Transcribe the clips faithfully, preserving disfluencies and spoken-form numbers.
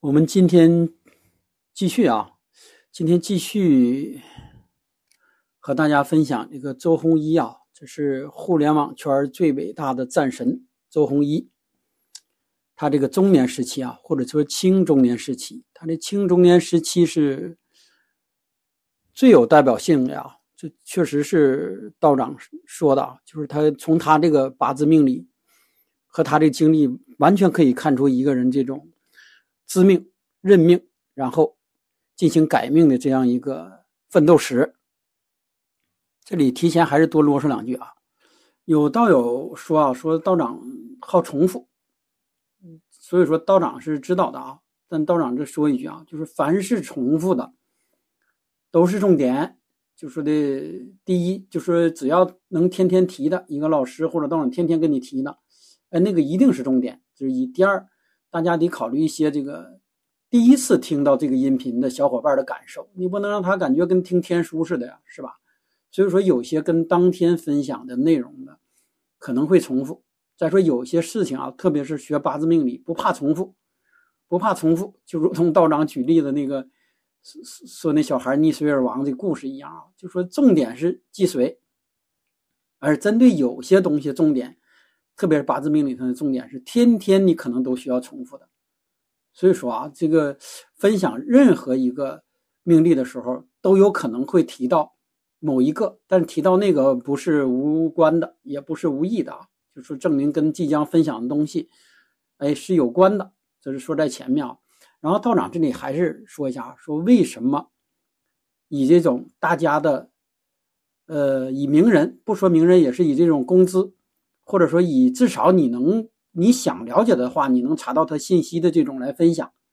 我们今天继续啊，今天继续和大家分享这个周鸿祎啊，这是互联网圈最伟大的战神周鸿祎。他这个中年时期啊，或者说青中年时期，他这青中年时期是最有代表性的啊。这确实是道长说的啊，就是他从他这个八字命理和他这经历，完全可以看出一个人这种知命认命，然后进行改命的这样一个奋斗史。这里提前还是多啰嗦两句啊。有道友说啊，说道长好重复，所以说道长是知道的啊。但道长这说一句啊，就是凡是重复的都是重点。就说的第一，就说只要能天天提的一个老师或者道长天天跟你提的，哎，那个一定是重点，这是一。第二，大家得考虑一些这个第一次听到这个音频的小伙伴的感受，你不能让他感觉跟听天书似的呀，是吧？所以说有些跟当天分享的内容的可能会重复。再说有些事情啊，特别是学八字命理，不怕重复，不怕重复，就如同道长举例的那个说那小孩溺水而亡的故事一样啊，就说重点是记水，而针对有些东西重点，特别是八字命理上的重点是天天你可能都需要重复的。所以说啊，这个分享任何一个命例的时候，都有可能会提到某一个，但是提到那个不是无关的，也不是无意的啊，就是证明跟即将分享的东西，哎，是有关的，这是说在前面啊。然后道长这里还是说一下，说为什么以这种大家的，呃，以名人，不说名人，也是以这种工资，或者说以至少你能你想了解的话，你能查到他信息的这种来分享。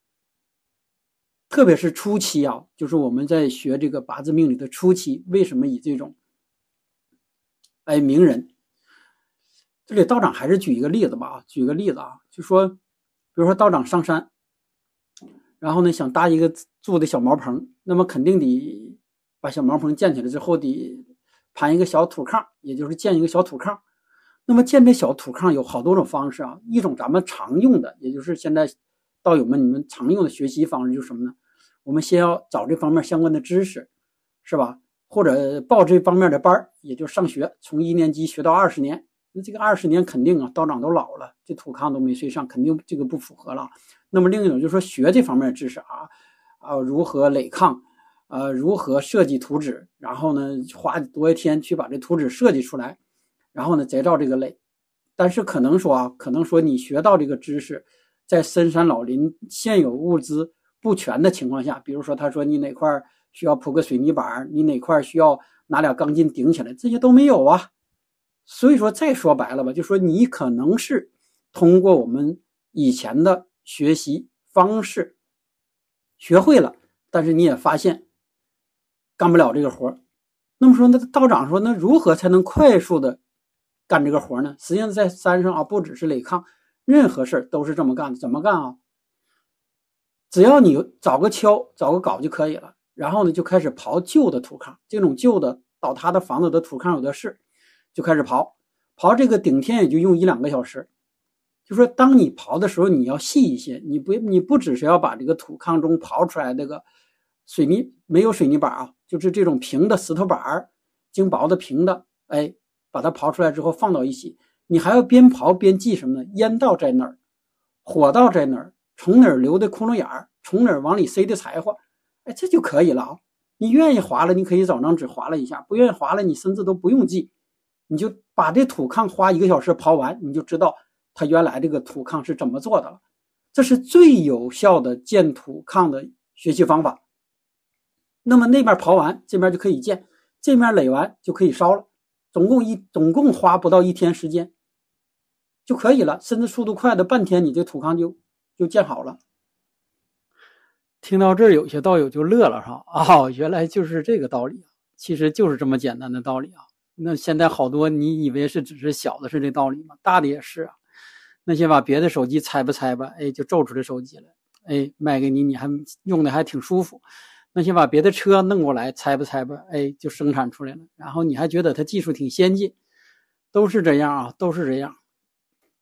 特别是初期啊，就是我们在学这个八字命理的初期，为什么以这种哎名人？这里道长还是举一个例子吧，举个例子啊，就说，比如说道长上山，然后呢想搭一个住的小茅棚，那么肯定得把小茅棚建起来之后，得盘一个小土炕，也就是建一个小土炕。那么建这小土炕有好多种方式啊，一种咱们常用的，也就是现在道友们你们常用的学习方式就是什么呢？我们先要找这方面相关的知识，是吧？或者报这方面的班，也就上学，从一年级学到二十年。那这个二十年肯定啊，道长都老了，这土炕都没睡上，肯定这个不符合了。那么另一种就是说学这方面的知识啊，啊，如何垒炕，呃，如何设计图纸，然后呢，花多少天去把这图纸设计出来，然后呢，再照这个垒。但是可能说啊，可能说你学到这个知识，在深山老林现有物资不全的情况下，比如说他说你哪块需要铺个水泥板，你哪块需要拿俩钢筋顶起来，这些都没有啊。所以说再说白了吧，就说你可能是通过我们以前的学习方式学会了，但是你也发现干不了这个活。那么说那道长说，那如何才能快速的干这个活呢？实际上在山上啊，不只是垒炕，任何事都是这么干的。怎么干啊？只要你找个锹找个镐就可以了，然后呢就开始刨旧的土炕，这种旧的倒塌的房子的土炕有的是，就开始刨刨这个顶天也就用一两个小时。就说当你刨的时候你要细一些，你不你不只是要把这个土炕中刨出来这个水泥，没有水泥板啊，就是这种平的石头板，精薄的平的，哎，把它刨出来之后放到一起，你还要边刨边记什么呢？烟道在哪儿，火道在哪儿，从哪儿流的窟窿眼儿，从哪儿往里塞的柴火，哎，这就可以了啊。你愿意划了，你可以找张纸划了一下；不愿意划了，你甚至都不用记，你就把这土炕花一个小时刨完，你就知道它原来这个土炕是怎么做的了。这是最有效的建土炕的学习方法。那么那边刨完，这边就可以建，这边垒完就可以烧了，总共一总共花不到一天时间就可以了，甚至速度快的半天，你这土炕就就建好了。听到这儿，有些道友就乐了，是吧？哦，原来就是这个道理，其实就是这么简单的道理啊。那现在好多你以为是只是小的是这道理吗？大的也是啊。那些把别的手机拆吧拆吧，哎，就做出来手机了，哎，卖给你，你还用的还挺舒服。那些把别的车弄过来拆吧拆吧，哎，就生产出来了，然后你还觉得它技术挺先进，都是这样啊，都是这样。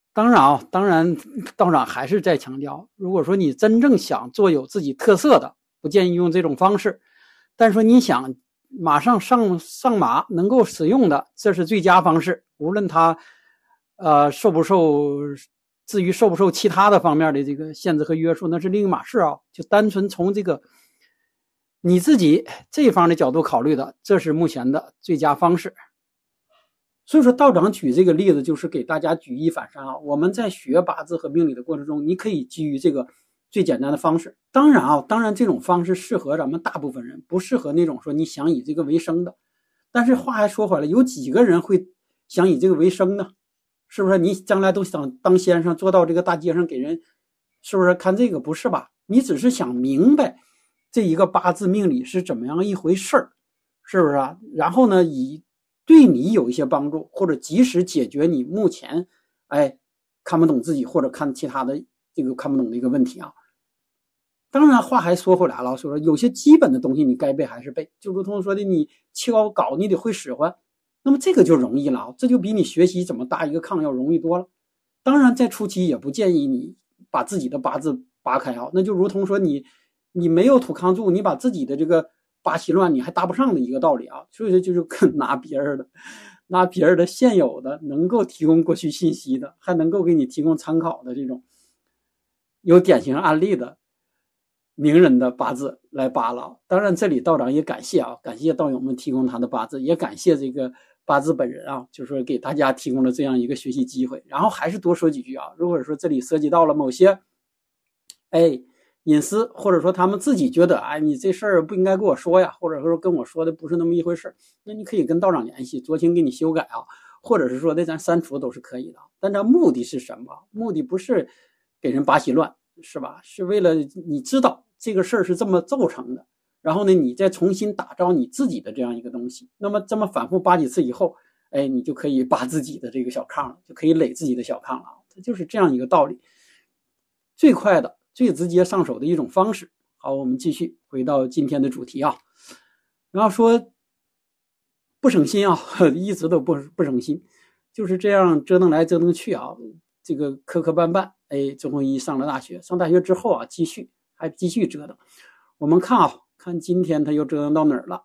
当然啊，当然道长还是在强调，如果说你真正想做有自己特色的，不建议用这种方式。但是说你想马上上上马能够使用的，这是最佳方式。无论它呃受不受，至于受不受其他的方面的这个限制和约束，那是另一码事啊。就单纯从这个你自己这一方的角度考虑的，这是目前的最佳方式。所以说道长举这个例子就是给大家举一反三啊。我们在学八字和命理的过程中，你可以基于这个最简单的方式。当然啊，当然这种方式适合咱们大部分人，不适合那种说你想以这个为生的。但是话还说回来，有几个人会想以这个为生呢？是不是你将来都想当先生，坐到这个大街上给人，是不是看这个？不是吧？你只是想明白这一个八字命理是怎么样一回事儿，是不是啊？然后呢，以对你有一些帮助，或者及时解决你目前哎看不懂自己或者看其他的这个看不懂的一个问题啊。当然话还说回来了，说有些基本的东西你该背还是背，就如同说的你切稿你得会使唤，那么这个就容易了，这就比你学习怎么搭一个炕要容易多了。当然在初期也不建议你把自己的八字扒开啊，那就如同说你你没有土康柱，你把自己的这个八七乱你还搭不上的一个道理啊。所以说就是拿别人的拿别人的现有的能够提供过去信息的，还能够给你提供参考的这种有典型案例的名人的八字来扒拉。当然这里道长也感谢啊，感谢道友们提供他的八字，也感谢这个八字本人啊，就是说给大家提供了这样一个学习机会。然后还是多说几句啊，如果说这里涉及到了某些哎隐私，或者说他们自己觉得哎你这事儿不应该跟我说呀，或者说跟我说的不是那么一回事，那你可以跟道长联系，酌情给你修改啊，或者是说的咱删除都是可以的。但这目的是什么？目的不是给人拔稀乱，是吧？是为了你知道这个事儿是这么造成的，然后呢你再重新打造你自己的这样一个东西。那么这么反复扒几次以后，哎你就可以扒自己的这个小炕了，就可以垒自己的小炕了。这就是这样一个道理，最快的最直接上手的一种方式。好，我们继续回到今天的主题啊。然后说不省心啊，一直都不不省心，就是这样折腾来折腾去啊，这个磕磕绊绊。哎，周鸿祎上了大学，上大学之后啊，继续还继续折腾。我们看啊，看今天他又折腾到哪儿了？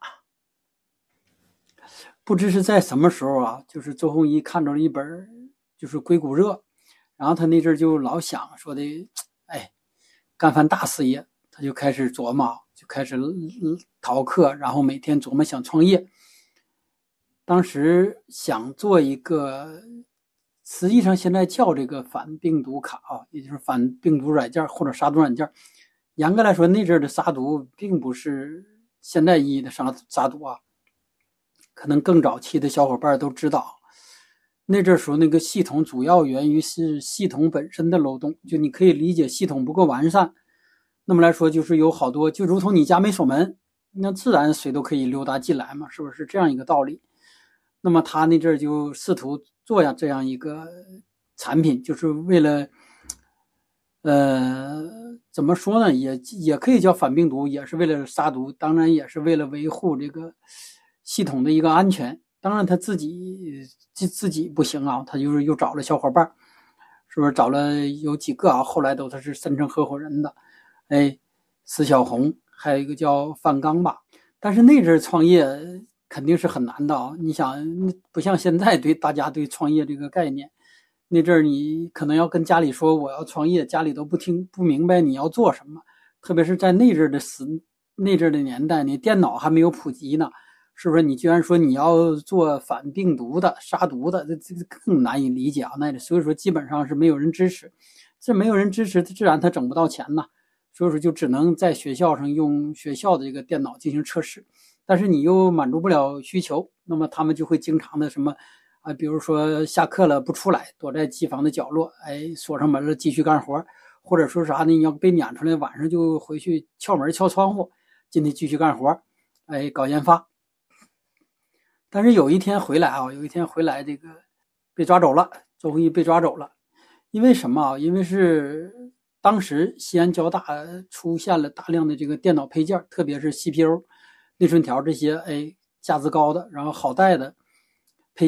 不知是在什么时候啊，就是周鸿祎看着了一本就是《硅谷热》，然后他那阵就老想说的，哎，干番大事业，他就开始琢磨，就开始逃课，然后每天琢磨想创业。当时想做一个，实际上现在叫这个反病毒卡啊，也就是反病毒软件或者杀毒软件。严格来说，那阵的杀毒并不是现代意义的杀杀毒啊，可能更早期的小伙伴都知道，那阵时候那个系统主要源于是系统本身的漏洞，就你可以理解系统不够完善。那么来说，就是有好多，就如同你家没锁门，那自然谁都可以溜达进来嘛，是不是这样一个道理？那么他那阵就试图做呀这样一个产品，就是为了，呃，怎么说呢？也也可以叫反病毒，也是为了杀毒，当然也是为了维护这个系统的一个安全。当然他自己自自己不行啊，他就是又找了小伙伴，是不是找了有几个啊？后来都他是申成合伙人的，哎，施小红，还有一个叫范刚吧。但是那阵创业肯定是很难的啊！你想，不像现在对大家对创业这个概念，那阵儿你可能要跟家里说我要创业，家里都不听不明白你要做什么。特别是在那阵的时那阵的年代，你电脑还没有普及呢，是不是？你居然说你要做反病毒的、杀毒的，这这更难以理解啊！那所以说基本上是没有人支持，这没有人支持，自然他整不到钱呢。所以说就只能在学校上用学校的这个电脑进行测试。但是你又满足不了需求，那么他们就会经常的什么啊，比如说下课了不出来，躲在机房的角落，哎，锁上门了继续干活，或者说啥呢？你要被撵出来，晚上就回去撬门撬窗户，进去继续干活，哎，搞研发。但是有一天回来啊，有一天回来这个被抓走了，周鸿祎被抓走了，因为什么啊？因为是当时西安交大出现了大量的这个电脑配件，特别是 C P U。内存条这些哎价值高的，然后好带的配件，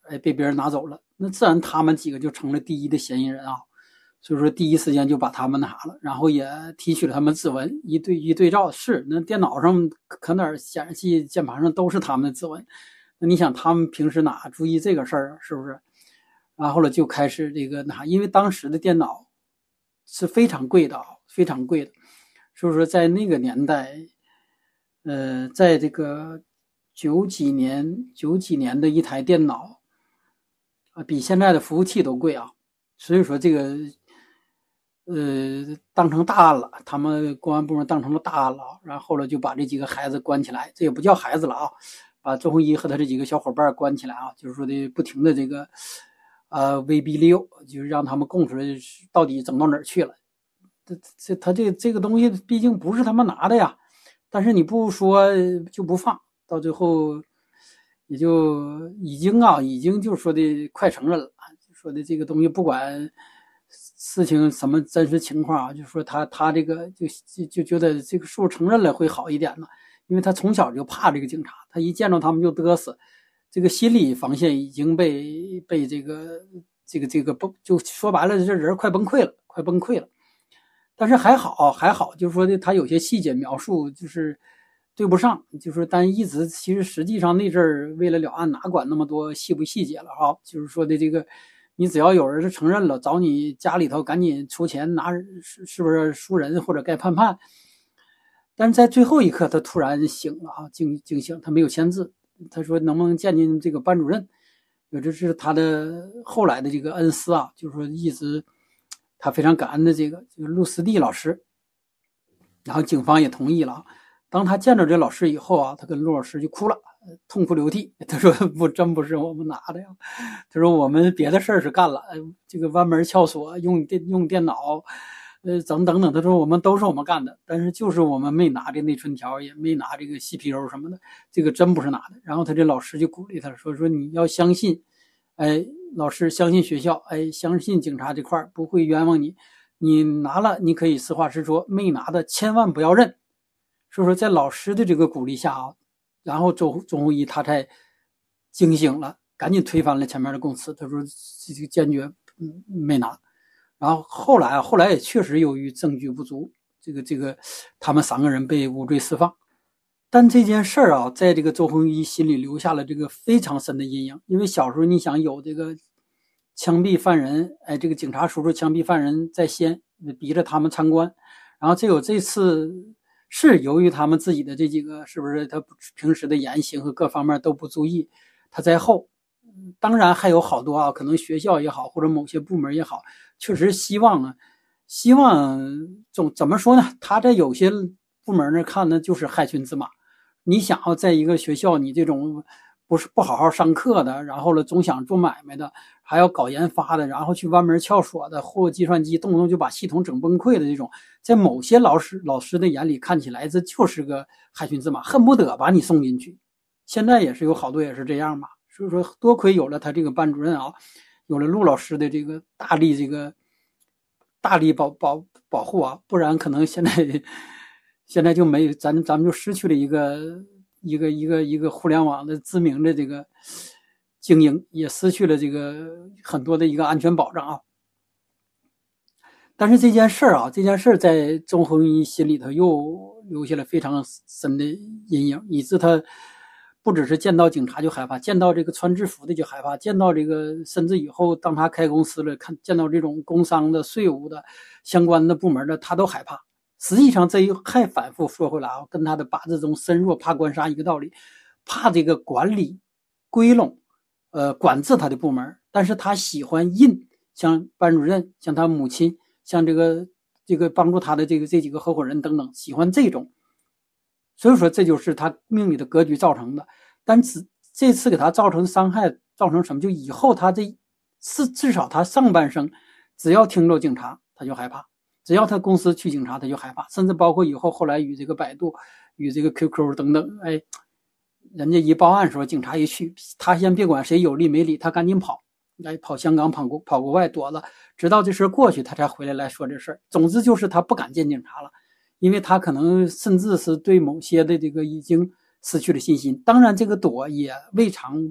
哎被别人拿走了，那自然他们几个就成了第一的嫌疑人啊。所以说第一时间就把他们拿了，然后也提取了他们指纹，一对一对照，是那电脑上可哪显示器键盘上都是他们的指纹。那你想他们平时哪注意这个事儿啊，是不是？然后了就开始这个拿，因为当时的电脑是非常贵的啊，非常贵的。所以说在那个年代，呃，在这个九几年九几年的一台电脑啊，比现在的服务器都贵啊。所以说这个。呃，当成大案了，他们公安部门当成了大案了，然后了就把这几个孩子关起来，这也不叫孩子了啊，把周鸿祎和他这几个小伙伴关起来啊，就是说的不停的这个呃威逼利诱，就是让他们供出来到底整到哪儿去了。这这他这这个东西毕竟不是他们拿的呀，但是你不说就不放，到最后也就已经啊，已经就说的快承认了，就说的这个东西不管。事情什么真实情况啊？就是说他他这个就就就觉得这个数承认了会好一点呢，因为他从小就怕这个警察，他一见到他们就嘚瑟，这个心理防线已经被被这个这个这个崩，就说白了，这人快崩溃了，快崩溃了。但是还好还好，就是说的他有些细节描述就是对不上，就是说但一直其实实际上那阵儿为了了案哪管那么多细不细节了哈，就是说的这个。你只要有人是承认了，找你家里头赶紧出钱拿，是是不是赎人或者该判判？但是在最后一刻，他突然醒了啊，惊惊醒，他没有签字。他说能不能见见这个班主任？也就是他的后来的这个恩师啊，就是说一直他非常感恩的这个就是陆思地老师。然后警方也同意了。当他见着这老师以后啊，他跟陆老师就哭了。痛哭流涕，他说不，真不是我们拿的呀。他说我们别的事儿是干了，这个弯门撬锁，用电用电脑，呃，等等等。他说我们都是我们干的，但是就是我们没拿这内存条，也没拿这个 C P U 什么的，这个真不是拿的。然后他这老师就鼓励他说说你要相信，哎，老师相信学校，哎，相信警察这块不会冤枉你，你拿了你可以实话实说，没拿的千万不要认。所以说在老师的这个鼓励下啊。然后周周鸿祎他才惊醒了，赶紧推翻了前面的供词。他说这个坚决没拿。然后后来啊，后来也确实由于证据不足，这个这个他们三个人被无罪释放。但这件事儿啊，在这个周鸿祎心里留下了这个非常深的阴影。因为小时候你想有这个枪毙犯人，哎，这个警察叔叔枪毙犯人在先，逼着他们参观，然后这有这次。是由于他们自己的这几个是不是他平时的言行和各方面都不注意，他在后。当然还有好多啊，可能学校也好或者某些部门也好，确实希望啊，希望总怎么说呢？他在有些部门那看的就是害群之马。你想要在一个学校，你这种不是不好好上课的，然后了总想做买卖的，还要搞研发的，然后去弯门撬锁的，或计算机动不动就把系统整崩溃的这种，在某些老师老师的眼里看起来，这就是个害群之马，恨不得把你送进去。现在也是有好多也是这样嘛。所以说多亏有了他这个班主任啊，有了陆老师的这个大力这个大力保保保护啊，不然可能现在现在就没咱咱们就失去了一个一个一个一个互联网的知名的这个精英，也失去了这个很多的一个安全保障啊。但是这件事儿啊，这件事在周鸿祎心里头又留下了非常深的阴影，以致他不只是见到警察就害怕，见到这个穿制服的就害怕，见到这个甚至以后当他开公司了，看见到这种工商的、税务的相关的部门的，他都害怕。实际上这一还反复说回来啊，跟他的八字中身弱怕官杀一个道理，怕这个管理归拢，呃，管制他的部门，但是他喜欢印，像班主任，像他母亲，像这个这个帮助他的这个这几个合伙人等等，喜欢这种。所以说这就是他命里的格局造成的。但是这次给他造成伤害，造成什么？就以后他这是至少他上半生，只要听着警察他就害怕，只要他公司去警察他就害怕，甚至包括以后后来与这个百度、与这个 Q Q 等等，哎，人家一报案说警察一去，他先别管谁有理没理，他赶紧跑，来跑香港、跑国跑国外躲了，直到这事过去他才回来来说这事儿。总之就是他不敢见警察了。因为他可能甚至是对某些的这个已经失去了信心。当然这个躲也未尝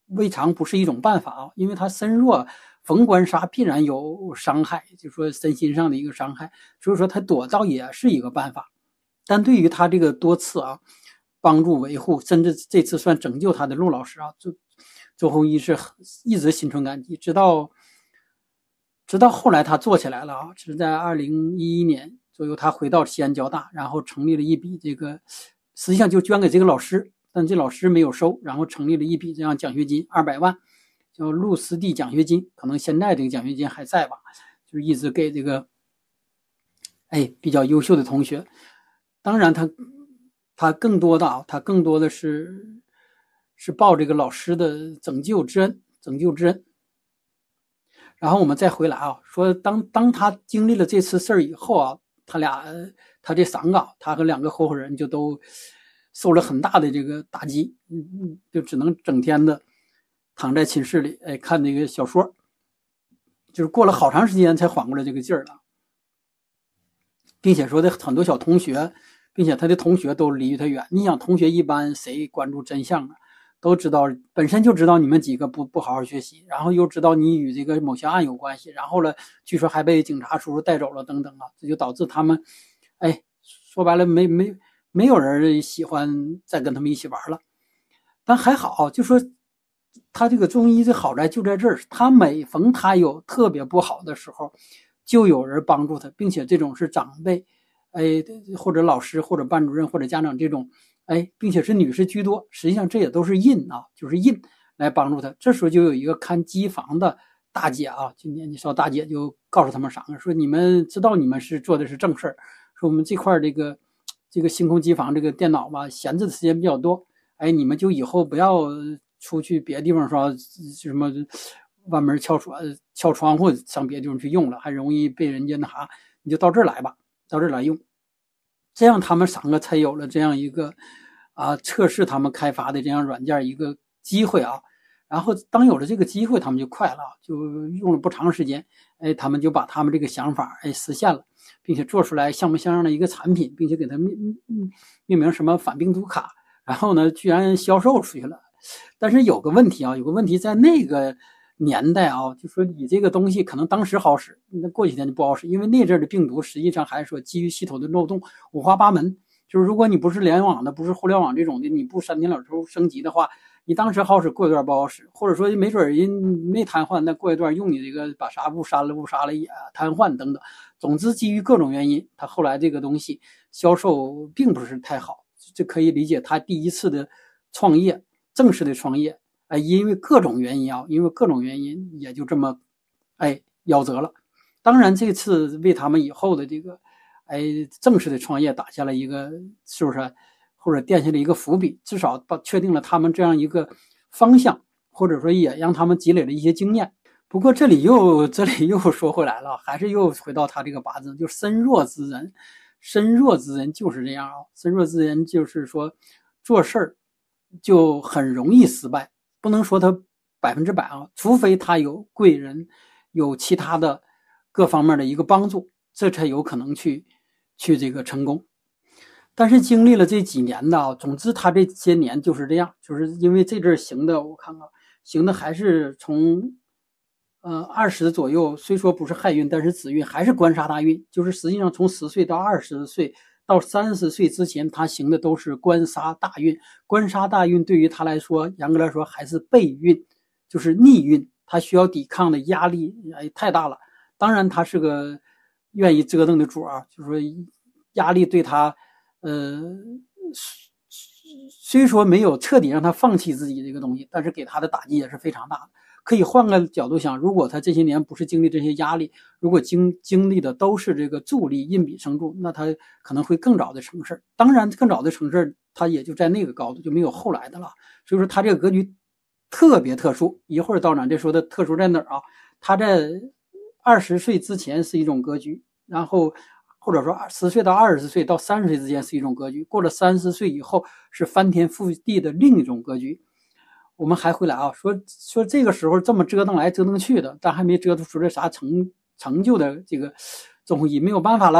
未尝不是一种办法啊，因为他身弱，逢官杀必然有伤害，就说身心上的一个伤害，所以说他躲倒也是一个办法。但对于他这个多次啊帮助维护，甚至这次算拯救他的陆老师啊，周周鸿祎是一直心存感激，直到直到后来他做起来了啊，是在二零一一年左右，他回到西安交大，然后成立了一笔这个，实际上就捐给这个老师，但这老师没有收，然后成立了一笔这样奖学金二百万，叫陆思地奖学金，可能现在这个奖学金还在吧，就是一直给这个哎比较优秀的同学。当然他他更多的啊，他更多的是是报这个老师的拯救之恩，拯救之恩。然后我们再回来啊，说当当他经历了这次事儿以后啊，他俩他这三个他和两个合伙人就都受了很大的这个打击，嗯，就只能整天的躺在寝室里，哎，看那个小说，就是过了好长时间才缓过来这个劲儿了，并且说的很多小同学。并且他的同学都离他远，你想同学一般谁关注真相啊？都知道，本身就知道你们几个不不好好学习，然后又知道你与这个某些案有关系，然后了，据说还被警察叔叔带走了等等啊，这就导致他们，哎，说白了没没没有人喜欢再跟他们一起玩了。但还好，就说他这个中医的好在就在这儿，他每逢他有特别不好的时候，就有人帮助他，并且这种是长辈。哎，或者老师，或者班主任，或者家长这种，哎，并且是女士居多，实际上这也都是印啊，就是印来帮助他。这时候就有一个看机房的大姐啊，就年纪稍大姐就告诉他们三个说：“你们知道你们是做的是正事儿，说我们这块这个这个星空机房这个电脑吧，闲置的时间比较多，哎，你们就以后不要出去别的地方说什么弯门撬窗撬窗户上别的地方去用了，还容易被人家那啥，你就到这儿来吧。”到这儿来用，这样他们三个才有了这样一个啊测试他们开发的这样软件一个机会啊。然后当有了这个机会，他们就快了，就用了不长时间，哎，他们就把他们这个想法哎实现了，并且做出来像模像样的一个产品，并且给它命命名什么反病毒卡，然后呢，居然销售出去了。但是有个问题啊，有个问题在那个。年代啊，就说你这个东西可能当时好使，那过几天就不好使，因为那阵的病毒实际上还是说基于系统的漏洞五花八门，就是如果你不是联网的，不是互联网这种的，你不三天两头升级的话，你当时好使，过一段不好使，或者说没准人没瘫痪，那过一段用你这个把啥误删了误杀了也瘫痪等等。总之基于各种原因，他后来这个东西销售并不是太好，这可以理解他第一次的创业，正式的创业。哎，因为各种原因啊，因为各种原因，也就这么，哎，夭折了。当然，这次为他们以后的这个，哎，正式的创业打下了一个，是不是？或者奠下了一个伏笔，至少把确定了他们这样一个方向，或者说也让他们积累了一些经验。不过这里又这里又说回来了，还是又回到他这个八字，就身弱之人，身弱之人就是这样啊，身弱之人就是说做事儿就很容易失败。不能说他百分之百啊，除非他有贵人，有其他的各方面的一个帮助，这才有可能去去这个成功。但是经历了这几年的啊，总之他这些年就是这样，就是因为这阵行的，我看看行的还是从呃二十左右，虽说不是亥运，但是子运还是官杀大运，就是实际上从十岁到二十岁。到三十岁之前，他行的都是官杀大运。官杀大运对于他来说，严格来说还是背运，就是逆运。他需要抵抗的压力哎太大了。当然，他是个愿意折腾的主啊，就是说压力对他，呃，虽说没有彻底让他放弃自己这个东西，但是给他的打击也是非常大的。可以换个角度想，如果他这些年不是经历这些压力，如果经经历的都是这个助力印比生助，那他可能会更早的成事。当然更早的成事，他也就在那个高度，就没有后来的了。所以说他这个格局特别特殊。一会儿道长这说的特殊在哪儿啊？他在二十岁之前是一种格局，然后或者说十岁到二十岁到三十岁之间是一种格局，过了三十岁以后是翻天覆地的另一种格局。我们还回来啊，说说这个时候这么折腾来折腾去的，但还没折腾出来啥成成就的这个周鸿祎没有办法了，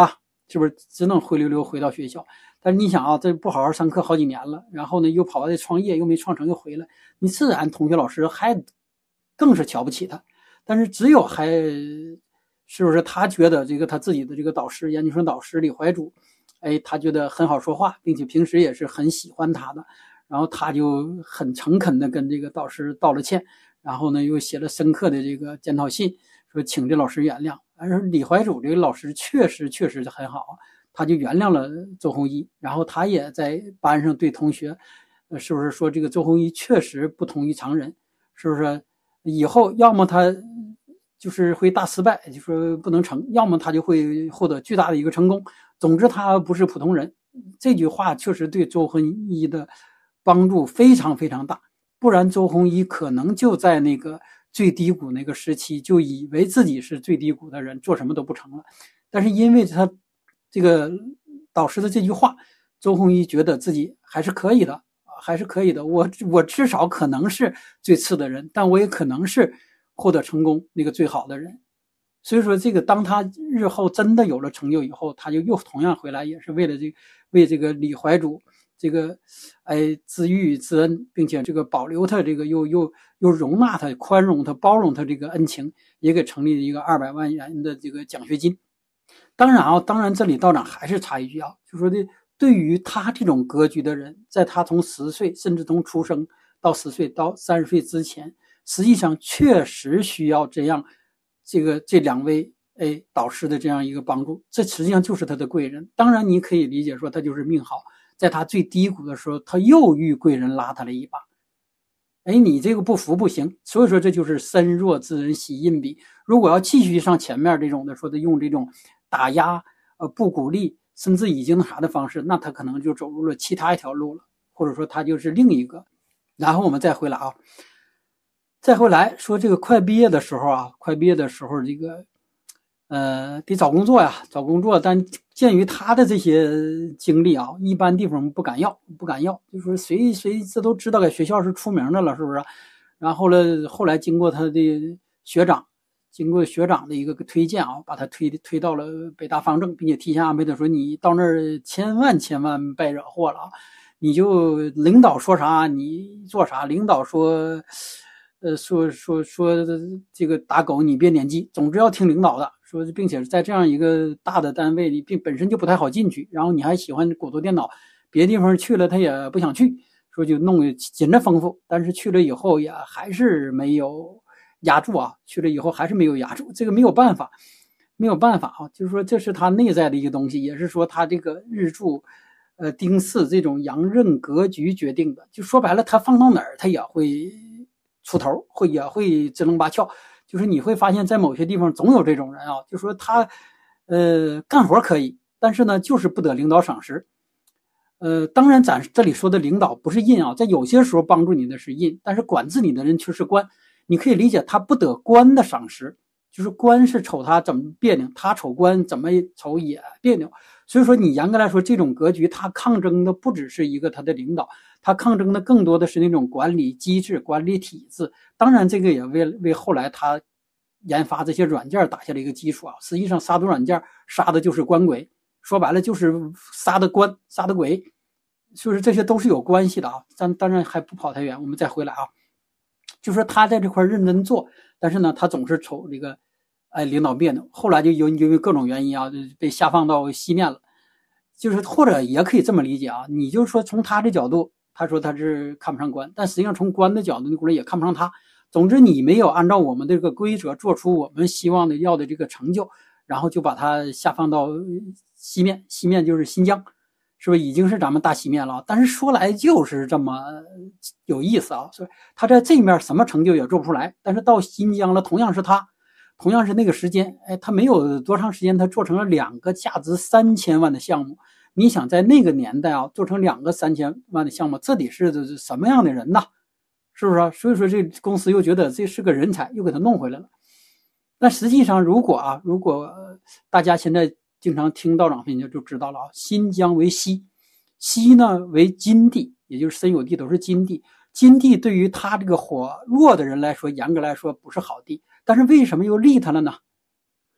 是不是只能灰溜溜回到学校？但是你想啊，这不好好上课好几年了，然后呢又跑来创业，又没创成，又回来，你自然同学老师还更是瞧不起他。但是只有还是不是他觉得这个他自己的这个导师，研究生导师李怀祖，哎，他觉得很好说话，并且平时也是很喜欢他的，然后他就很诚恳的跟这个导师道了歉，然后呢又写了深刻的这个检讨信，说请这老师原谅。而李怀祖这个老师确实确实很好，他就原谅了周鸿祎，然后他也在班上对同学，呃，是不是说这个周鸿祎确实不同于常人，是不是以后要么他就是会大失败，就说不能成，要么他就会获得巨大的一个成功。总之他不是普通人。这句话确实对周鸿祎的帮助非常非常大，不然周鸿祎可能就在那个最低谷那个时期就以为自己是最低谷的人，做什么都不成了。但是因为他这个导师的这句话，周鸿祎觉得自己还是可以的，还是可以的。我我至少可能是最次的人，但我也可能是获得成功那个最好的人。所以说这个当他日后真的有了成就以后，他就又同样回来，也是为了这个为这个李怀祖这个哎自愈自恩，并且这个保留他这个又又又容纳他宽容他包容他这个恩情，也给成立了一个二百万元的这个奖学金。当然啊，当然这里道长还是插一句啊，就说的对于他这种格局的人，在他从十岁甚至从出生到十岁到三十岁之前，实际上确实需要这样这个这两位哎导师的这样一个帮助，这实际上就是他的贵人。当然你可以理解说他就是命好，在他最低谷的时候，他又遇贵人拉他了一把。哎，你这个不服不行，所以说这就是身弱之人喜印比。如果要继续上前面这种的说的用这种打压、呃不鼓励，甚至已经那啥的方式，那他可能就走入了其他一条路了，或者说他就是另一个。然后我们再回来啊，再回来说这个快毕业的时候啊，快毕业的时候这个呃得找工作呀，找工作，但鉴于他的这些经历啊，一般地方不敢要，不敢要，就说谁谁这都知道在学校是出名的了，是不是？然后呢，后来经过他的学长，经过学长的一个推荐啊，把他推推到了北大方正，并且提前安排的说，你到那儿千万千万别惹祸了啊！你就领导说啥你做啥，领导说。呃，说说说这个打狗你别撵鸡，总之要听领导的。说，并且在这样一个大的单位里，并本身就不太好进去，然后你还喜欢鼓捣电脑，别的地方去了他也不想去，说就弄紧着丰富，但是去了以后也还是没有压住啊，去了以后还是没有压住，这个没有办法，没有办法啊，就是说这是他内在的一个东西，也是说他这个日柱。呃，丁巳这种阳刃格局决定的，就说白了，他放到哪儿，他也会出头，会也会支棱八翘。就是你会发现在某些地方总有这种人啊，就说他呃干活可以，但是呢就是不得领导赏识。呃当然咱这里说的领导不是印啊，在有些时候帮助你的是印，但是管制你的人却是官。你可以理解他不得官的赏识，就是官是瞅他怎么别扭，他瞅官怎么瞅也别扭。所以说你严格来说这种格局，他抗争的不只是一个他的领导，他抗争的更多的是那种管理机制、管理体制。当然这个也为为后来他研发这些软件打下了一个基础啊。实际上杀毒软件杀的就是官鬼，说白了就是杀的官杀的鬼，就是这些都是有关系的啊。咱当然还不跑太远，我们再回来啊，就说他在这块认真做，但是呢他总是瞅这个哎，领导别扭，后来就因因为各种原因啊，被下放到西面了。就是或者也可以这么理解啊，你就说从他的角度，他说他是看不上官，但实际上从官的角度，那也看不上他。总之，你没有按照我们这个规则做出我们希望的要的这个成就，然后就把他下放到西面，西面就是新疆，是不是已经是咱们大西面了？但是说来就是这么有意思啊，所以他在这面什么成就也做不出来，但是到新疆了，同样是他。同样是那个时间，哎，他没有多长时间，他做成了两个价值三千万的项目。你想在那个年代啊，做成两个三千万的项目，这得是什么样的人呐？是不是啊？所以说这公司又觉得这是个人才，又给他弄回来了。但实际上，如果啊，如果大家现在经常听道长分享就知道了啊，新疆为西，西呢为金地，也就是申酉地都是金地。金地对于他这个火弱的人来说，严格来说不是好地。但是为什么又利他了呢？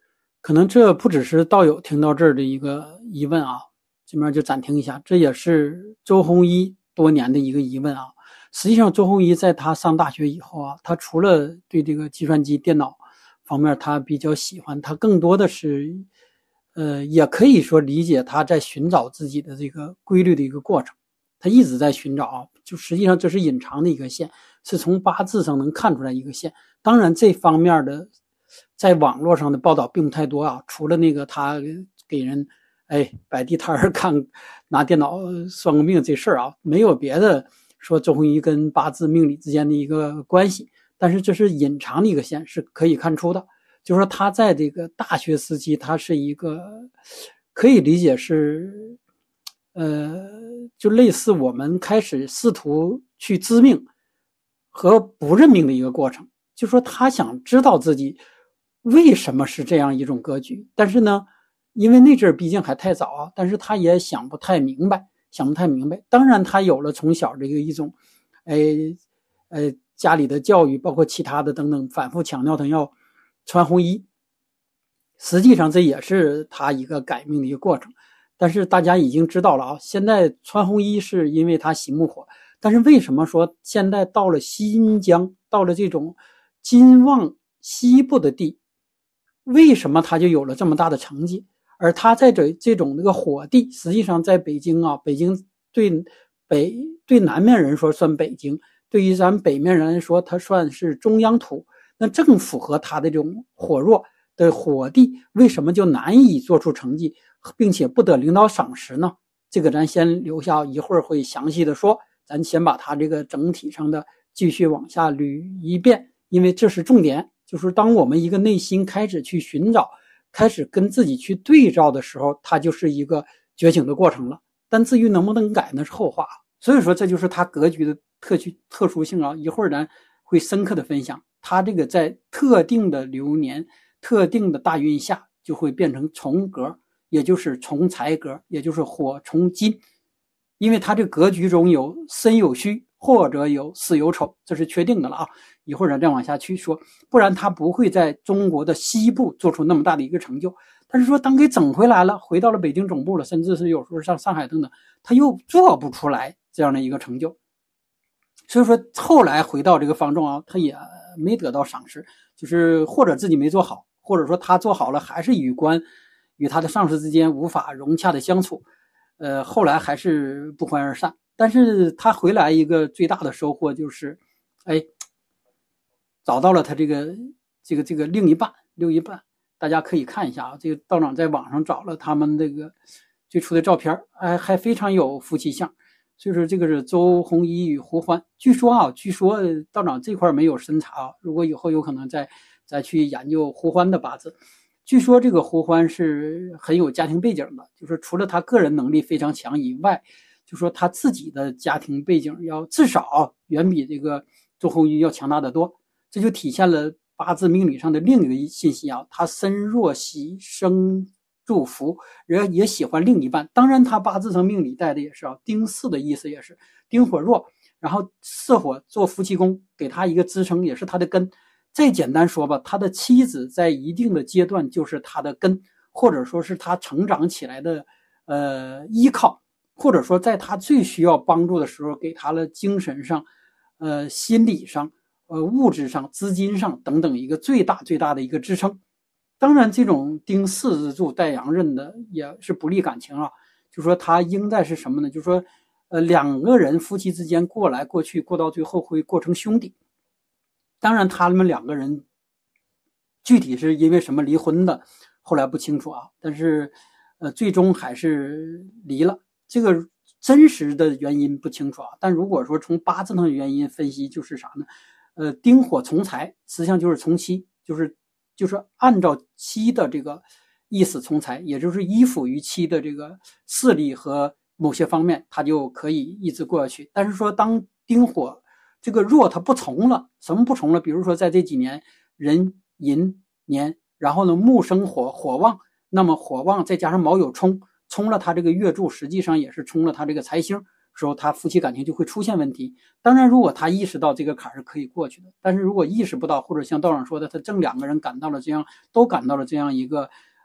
可能这不只是道友听到这儿的一个疑问啊，这边就暂停一下，这也是周鸿祎多年的一个疑问啊。实际上周鸿祎在他上大学以后啊，他除了对这个计算机电脑方面他比较喜欢，他更多的是呃，也可以说理解他在寻找自己的这个规律的一个过程，他一直在寻找啊，就实际上这是隐藏的一个线，是从八字上能看出来一个线。当然这方面的在网络上的报道并不太多啊，除了那个他给人哎摆地摊看拿电脑算个命这事儿啊，没有别的说周鸿祎跟八字命理之间的一个关系。但是这是隐藏的一个线，是可以看出的。就是说他在这个大学时期，他是一个可以理解是呃，就类似我们开始试图去知命和不认命的一个过程。就说他想知道自己为什么是这样一种格局，但是呢，因为那阵儿毕竟还太早啊，但是他也想不太明白，想不太明白。当然他有了从小这个一种哎呃家里的教育，包括其他的等等，反复强调他要穿红衣，实际上这也是他一个改命的一个过程。但是大家已经知道了啊，现在穿红衣是因为他喜木火，但是为什么说现在到了新疆，到了这种金旺西部的地，为什么他就有了这么大的成绩？而他在这这种那个火地，实际上在北京啊，北京对北对南面人说算北京，对于咱北面人来说，它算是中央土，那正符合他的这种火弱的火地，为什么就难以做出成绩，并且不得领导赏识呢？这个咱先留下，一会儿会详细的说，咱先把它这个整体上的继续往下捋一遍，因为这是重点，就是当我们一个内心开始去寻找，开始跟自己去对照的时候，它就是一个觉醒的过程了。但至于能不能改，那是后话。所以说这就是它格局的特区特殊性啊，一会儿咱会深刻的分享。它这个在特定的流年、特定的大运下，就会变成重格，也就是重财格，也就是火重金。因为它这个格局中有申有戌，或者有巳有丑，这是确定的了啊。一会儿咱再往下去说，不然它不会在中国的西部做出那么大的一个成就。但是说当给整回来了，回到了北京总部了，甚至是有时候上上海等等，他又做不出来这样的一个成就。所以说后来回到这个方仲啊，他也没得到赏识，就是或者自己没做好，或者说他做好了还是与官与他的上司之间无法融洽的相处，呃，后来还是不欢而散。但是他回来一个最大的收获就是，哎，找到了他这个这个这个另一半，另一半，大家可以看一下啊，这个道长在网上找了他们这个最初的照片，哎，还非常有夫妻相。所以说这个是周鸿祎与胡欢。据说啊，据说道长这块没有深查啊，如果以后有可能再再去研究胡欢的八字。据说这个胡欢是很有家庭背景的，就是除了他个人能力非常强以外，就说他自己的家庭背景要至少远比这个周鸿祎要强大得多。这就体现了八字命理上的另一个信息啊，他身弱喜生祝福，人也喜欢另一半。当然他八字上命理带的也是啊，丁巳的意思也是丁火弱，然后巳火做夫妻宫，给他一个支撑，也是他的根。再简单说吧，他的妻子在一定的阶段就是他的根，或者说是他成长起来的呃依靠，或者说在他最需要帮助的时候给他了精神上呃心理上呃物质上资金上等等一个最大最大的一个支撑。当然这种丁巳日柱带阳刃的也是不利感情啊，就说他应该是什么呢，就说呃两个人夫妻之间过来过去，过到最后会过成兄弟。当然他们两个人具体是因为什么离婚的后来不清楚啊，但是呃最终还是离了，这个真实的原因不清楚啊。但如果说从八字上的原因分析，就是啥呢，呃丁火从财，实际上就是从妻，就是就是按照妻的这个意思从财，也就是依附于妻的这个势力和某些方面，他就可以一直过下去。但是说当丁火这个弱它不从了，什么不从了？比如说在这几年壬寅年，然后呢木生火，火旺，那么火旺再加上卯酉冲，冲了他这个月柱，实际上也是冲了他这个财星，时候他夫妻感情就会出现问题。当然如果他意识到这个坎是可以过去的，但是如果意识不到，或者像道长说的，他正两个人感到了这样都感到了这样一个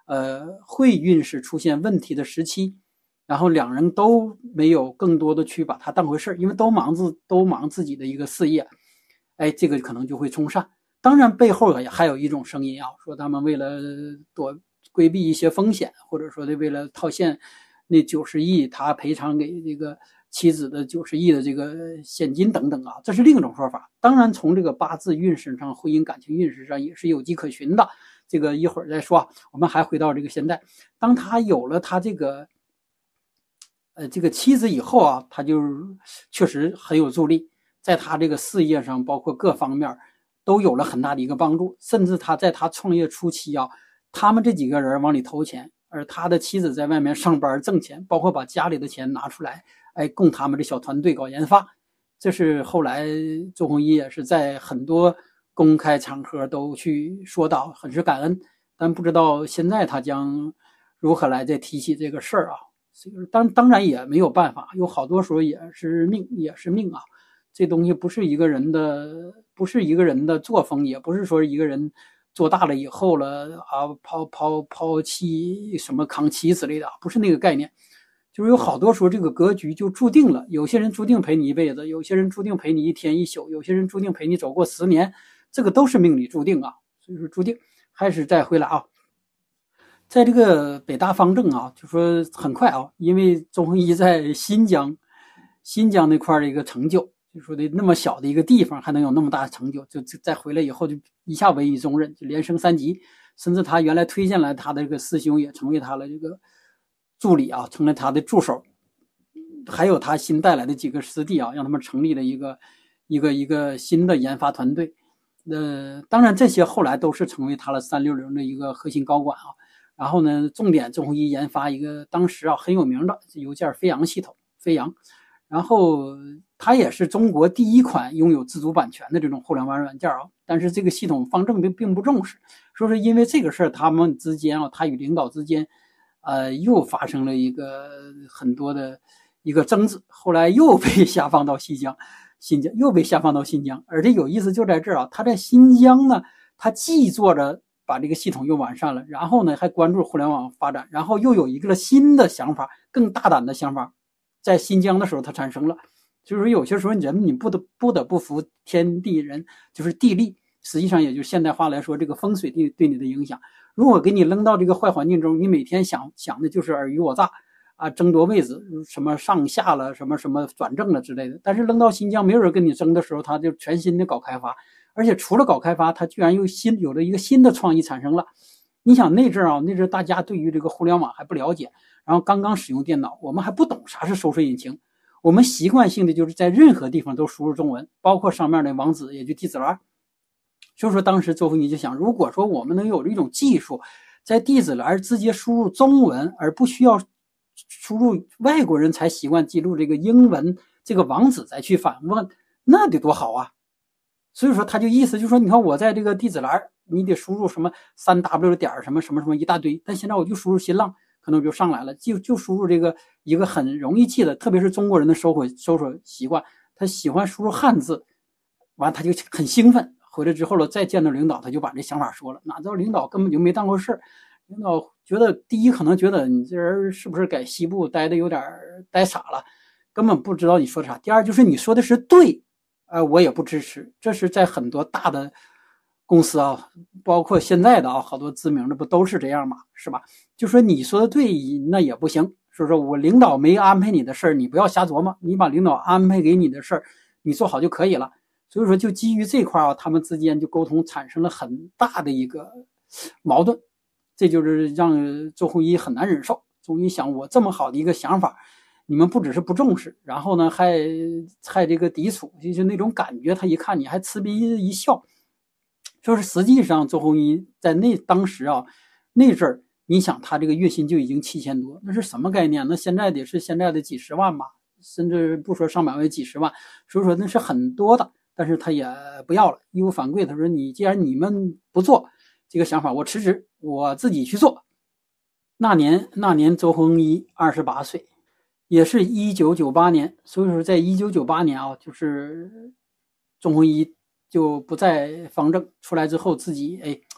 呃会运势出现问题的时期，然后两人都没有更多的去把它当回事，因为都忙自都忙自己的一个事业，哎，这个可能就会冲散。当然背后也还有一种声音啊，说他们为了躲规避一些风险，或者说的为了套现那九十亿，他赔偿给这个妻子的九十亿的这个现金等等啊，这是另一种说法。当然从这个八字运势上、婚姻感情运势上也是有迹可循的，这个一会儿再说。我们还回到这个现代，当他有了他这个呃这个妻子以后啊，他就确实很有助力，在他这个事业上包括各方面都有了很大的一个帮助，甚至他在他创业初期啊，他们这几个人往里投钱，而他的妻子在外面上班挣钱，包括把家里的钱拿出来，哎，供他们这小团队搞研发。这是后来周鸿祎也是在很多公开场合都去说到，很是感恩。但不知道现在他将如何来再提起这个事儿啊？当当然也没有办法，有好多时候也是命，也是命啊。这东西不是一个人的，不是一个人的作风，也不是说一个人做大了以后了啊，抛抛抛弃什么扛旗之类的，不是那个概念。就是有好多时候这个格局就注定了，有些人注定陪你一辈子，有些人注定陪你一天一宿，有些人注定陪你走过十年，这个都是命里注定啊。所以说注定。还是再回来啊，在这个北大方正啊，就说很快啊，因为周鸿祎在新疆新疆那块的一个成就，就说的那么小的一个地方还能有那么大的成就，就再回来以后就一下委以重任，就连升三级，甚至他原来推荐来他的这个师兄也成为他的这个助理啊，成了他的助手，还有他新带来的几个师弟啊，让他们成立了一个一个一个新的研发团队。呃，当然这些后来都是成为他的三六零的一个核心高管啊。然后呢，重点周鸿祎研发一个当时啊很有名的邮件飞扬系统，飞扬。然后它也是中国第一款拥有自主版权的这种互联网软件啊。但是这个系统方正并并不重视，说是因为这个事儿，他们之间啊，他与领导之间，呃，又发生了一个很多的一个争执，后来又被下放到西疆。新疆又被下放到新疆，而这有意思就在这儿啊，他在新疆呢，他既做着把这个系统又完善了，然后呢还关注互联网发展，然后又有一个新的想法，更大胆的想法，在新疆的时候他产生了。就是有些时候人你不得不得不服天地人，就是地利，实际上也就是现代化来说，这个风水对对你的影响。如果给你扔到这个坏环境中，你每天想想的就是尔虞我诈啊，争夺位置，什么上下了，什么什么转正了之类的。但是扔到新疆，没有人跟你争的时候，他就全新的搞开发，而且除了搞开发，他居然又新有了一个新的创意产生了。你想那阵啊，那阵大家对于这个互联网还不了解，然后刚刚使用电脑，我们还不懂啥是搜索引擎，我们习惯性的就是在任何地方都输入中文，包括上面的网址，也就地址栏。所以说当时周鸿祎就想，如果说我们能有这种技术，在地址栏直接输入中文，而不需要输入外国人才习惯记录这个英文这个网址再去访问，那得多好啊。所以说他就意思就是说，你看我在这个地址栏你得输入什么 三 w 点什么什么什么一大堆，但现在我就输入新浪可能就上来了，就就输入这个一个很容易记的，特别是中国人的搜索搜索习惯，他喜欢输入汉字，完他就很兴奋，回来之后了再见到领导他就把这想法说了，哪知道领导根本就没当回事，领导觉得第一可能觉得你这人是不是在西部待的有点呆傻了，根本不知道你说的啥。第二就是你说的是对，呃，我也不支持。这是在很多大的公司啊，包括现在的啊，好多知名的不都是这样吗？是吧？就说你说的对，那也不行。说说我领导没安排你的事儿，你不要瞎琢磨，你把领导安排给你的事儿，你做好就可以了。所以说，就基于这块啊，他们之间就沟通产生了很大的一个矛盾。这就是让周鸿祎很难忍受。周鸿祎想，我这么好的一个想法，你们不只是不重视，然后呢还还这个抵触，就是那种感觉，他一看你还嗤鼻一笑。就是实际上周鸿祎在那当时啊，那阵儿你想他这个月薪就已经七千多，那是什么概念？那现在得是现在的几十万吧，甚至不说上百万，几十万。所以说那是很多的，但是他也不要了，义无反顾。他说你既然你们不做这个想法，我辞职，我自己去做。那年那年周鸿祎二十八岁，也是一九九八年。所以说在一九九八年啊，就是周鸿祎就不在方正出来之后，自己哎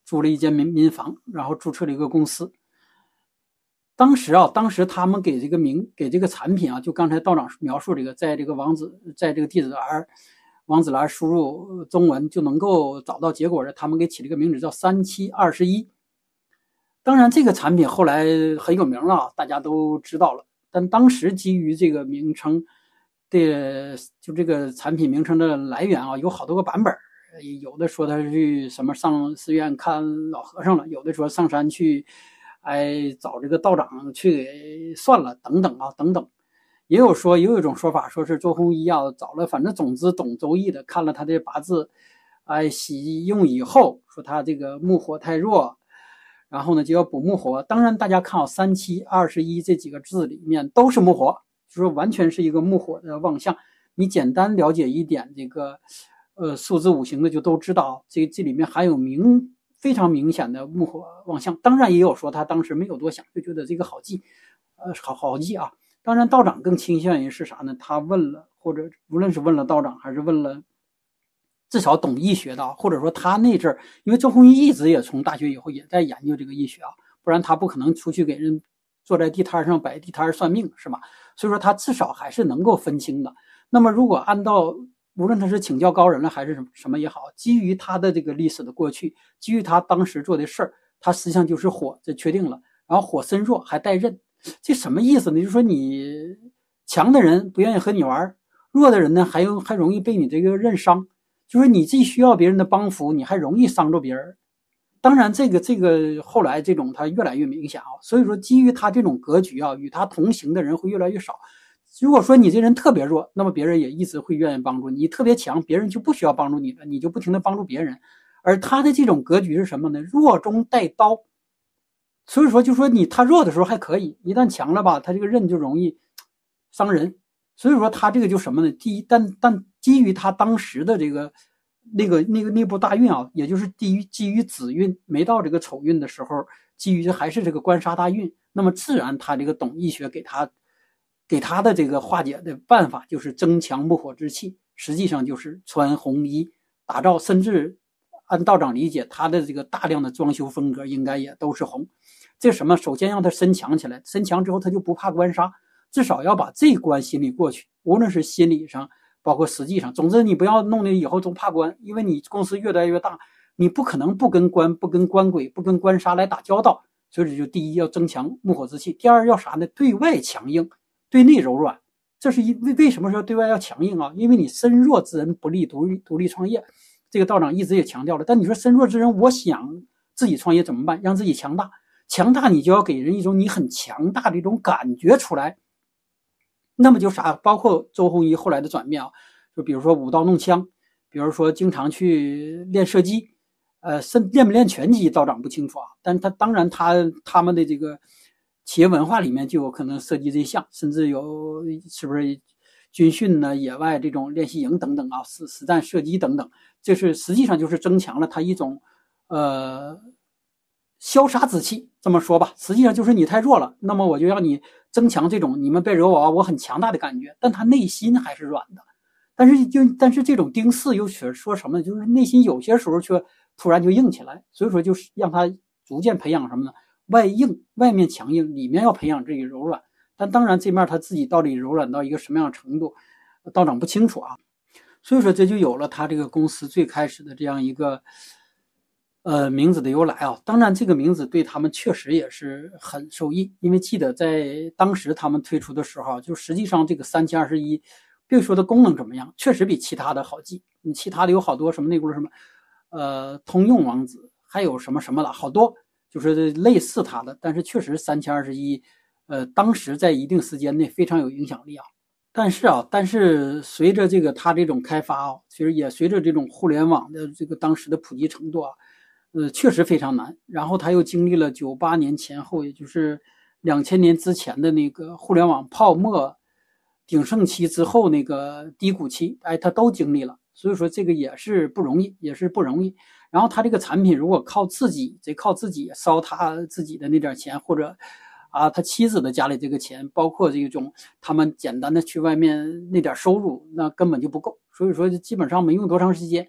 租了一间民民房，然后注册了一个公司。当时啊，当时他们给这个名给这个产品啊，就刚才道长描述这个，在这个网址，在这个地址栏网址栏输入中文就能够找到结果的，他们给起了一个名字叫三七二十一。当然，这个产品后来很有名了，大家都知道了。但当时基于这个名称的，就这个产品名称的来源啊，有好多个版本。有的说他是去什么上寺院看老和尚了，有的说上山去。哎，找这个道长去给算了，等等啊，等等，也有说，也有一种说法，说是周鸿祎啊找了，反正总之懂周易的，看了他的八字，哎，喜用以后，说他这个木火太弱，然后呢就要补木火。当然，大家看好三七二十一这几个字里面都是木火，就是完全是一个木火的旺相。你简单了解一点这个呃数字五行的，就都知道这这里面含有明。非常明显的木火旺相，当然也有说他当时没有多想，就觉得这个好记，呃，好好记啊。当然，道长更倾向于是啥呢？他问了，或者无论是问了道长，还是问了至少懂易学的，或者说他那阵儿，因为周鸿祎一直也从大学以后也在研究这个易学啊，不然他不可能出去给人坐在地摊上摆地摊算命，是吧？所以说他至少还是能够分清的。那么如果按照无论他是请教高人了还是什么也好，基于他的这个历史的过去，基于他当时做的事儿，他实际上就是火，这确定了。然后火身弱还带刃，这什么意思呢？就是说你强的人不愿意和你玩，弱的人呢还有还容易被你这个刃伤，就是你既需要别人的帮扶，你还容易伤着别人。当然，这个这个后来这种他越来越明显啊，所以说基于他这种格局啊，与他同行的人会越来越少。如果说你这人特别弱，那么别人也一直会愿意帮助你；你特别强，别人就不需要帮助你了，你就不停的帮助别人。而他的这种格局是什么呢？弱中带刀。所以说，就说你他弱的时候还可以，一旦强了吧，他这个刃就容易伤人。所以说他这个就什么呢？第一，但但基于他当时的这个那个那个那部大运啊，也就是基于基于子运没到这个丑运的时候，基于还是这个官杀大运，那么自然他这个懂易学给他。给他的这个化解的办法就是增强木火之气，实际上就是穿红衣打造，甚至按道长理解，他的这个大量的装修风格应该也都是红。这什么？首先让他身强起来，身强之后他就不怕官杀，至少要把这一关心理过去，无论是心理上，包括实际上。总之，你不要弄得以后都怕官，因为你公司越来越大，你不可能不跟官、不跟官鬼、不跟官杀来打交道。所以就第一要增强木火之气，第二要啥呢？对外强硬。对内柔软，这是一为为什么说对外要强硬啊？因为你身弱之人不利独立独立创业，这个道长一直也强调了。但你说身弱之人，我想自己创业怎么办？让自己强大，强大你就要给人一种你很强大的一种感觉出来。那么就啥？包括周鸿祎后来的转变啊，就比如说舞刀弄枪，比如说经常去练射击，呃，练练不练拳击，道长不清楚啊。但他当然他他们的这个。企业文化里面就有可能涉及这项，甚至有是不是军训呢、野外这种练习营等等啊，实实战射击等等，这是实际上就是增强了他一种呃消杀之气。这么说吧，实际上就是你太弱了，那么我就让你增强这种你们别惹我啊，我很强大的感觉。但他内心还是软的，但是就但是这种丁巳又说说什么呢？就是内心有些时候却突然就硬起来，所以说就是让他逐渐培养什么呢？外硬，外面强硬，里面要培养这个柔软。但当然这面他自己到底柔软到一个什么样的程度，道长不清楚啊。所以说这就有了他这个公司最开始的这样一个呃名字的由来啊。当然这个名字对他们确实也是很受益，因为记得在当时他们推出的时候，就实际上这个三七二十一，别说的功能怎么样，确实比其他的好记。你其他的有好多什么那股什么呃通用王子，还有什么什么的好多。就是类似它的，但是确实三七二十一，呃，当时在一定时间内非常有影响力啊。但是啊，但是随着这个它这种开发啊，其实也随着这种互联网的这个当时的普及程度啊，呃，确实非常难。然后他又经历了九八年前后，也就是两千年之前的那个互联网泡沫鼎盛期之后那个低谷期，哎，他都经历了。所以说这个也是不容易，也是不容易。然后他这个产品如果靠自己，这靠自己烧他自己的那点钱，或者啊他妻子的家里这个钱，包括这种他们简单的去外面那点收入，那根本就不够。所以说基本上没用多长时间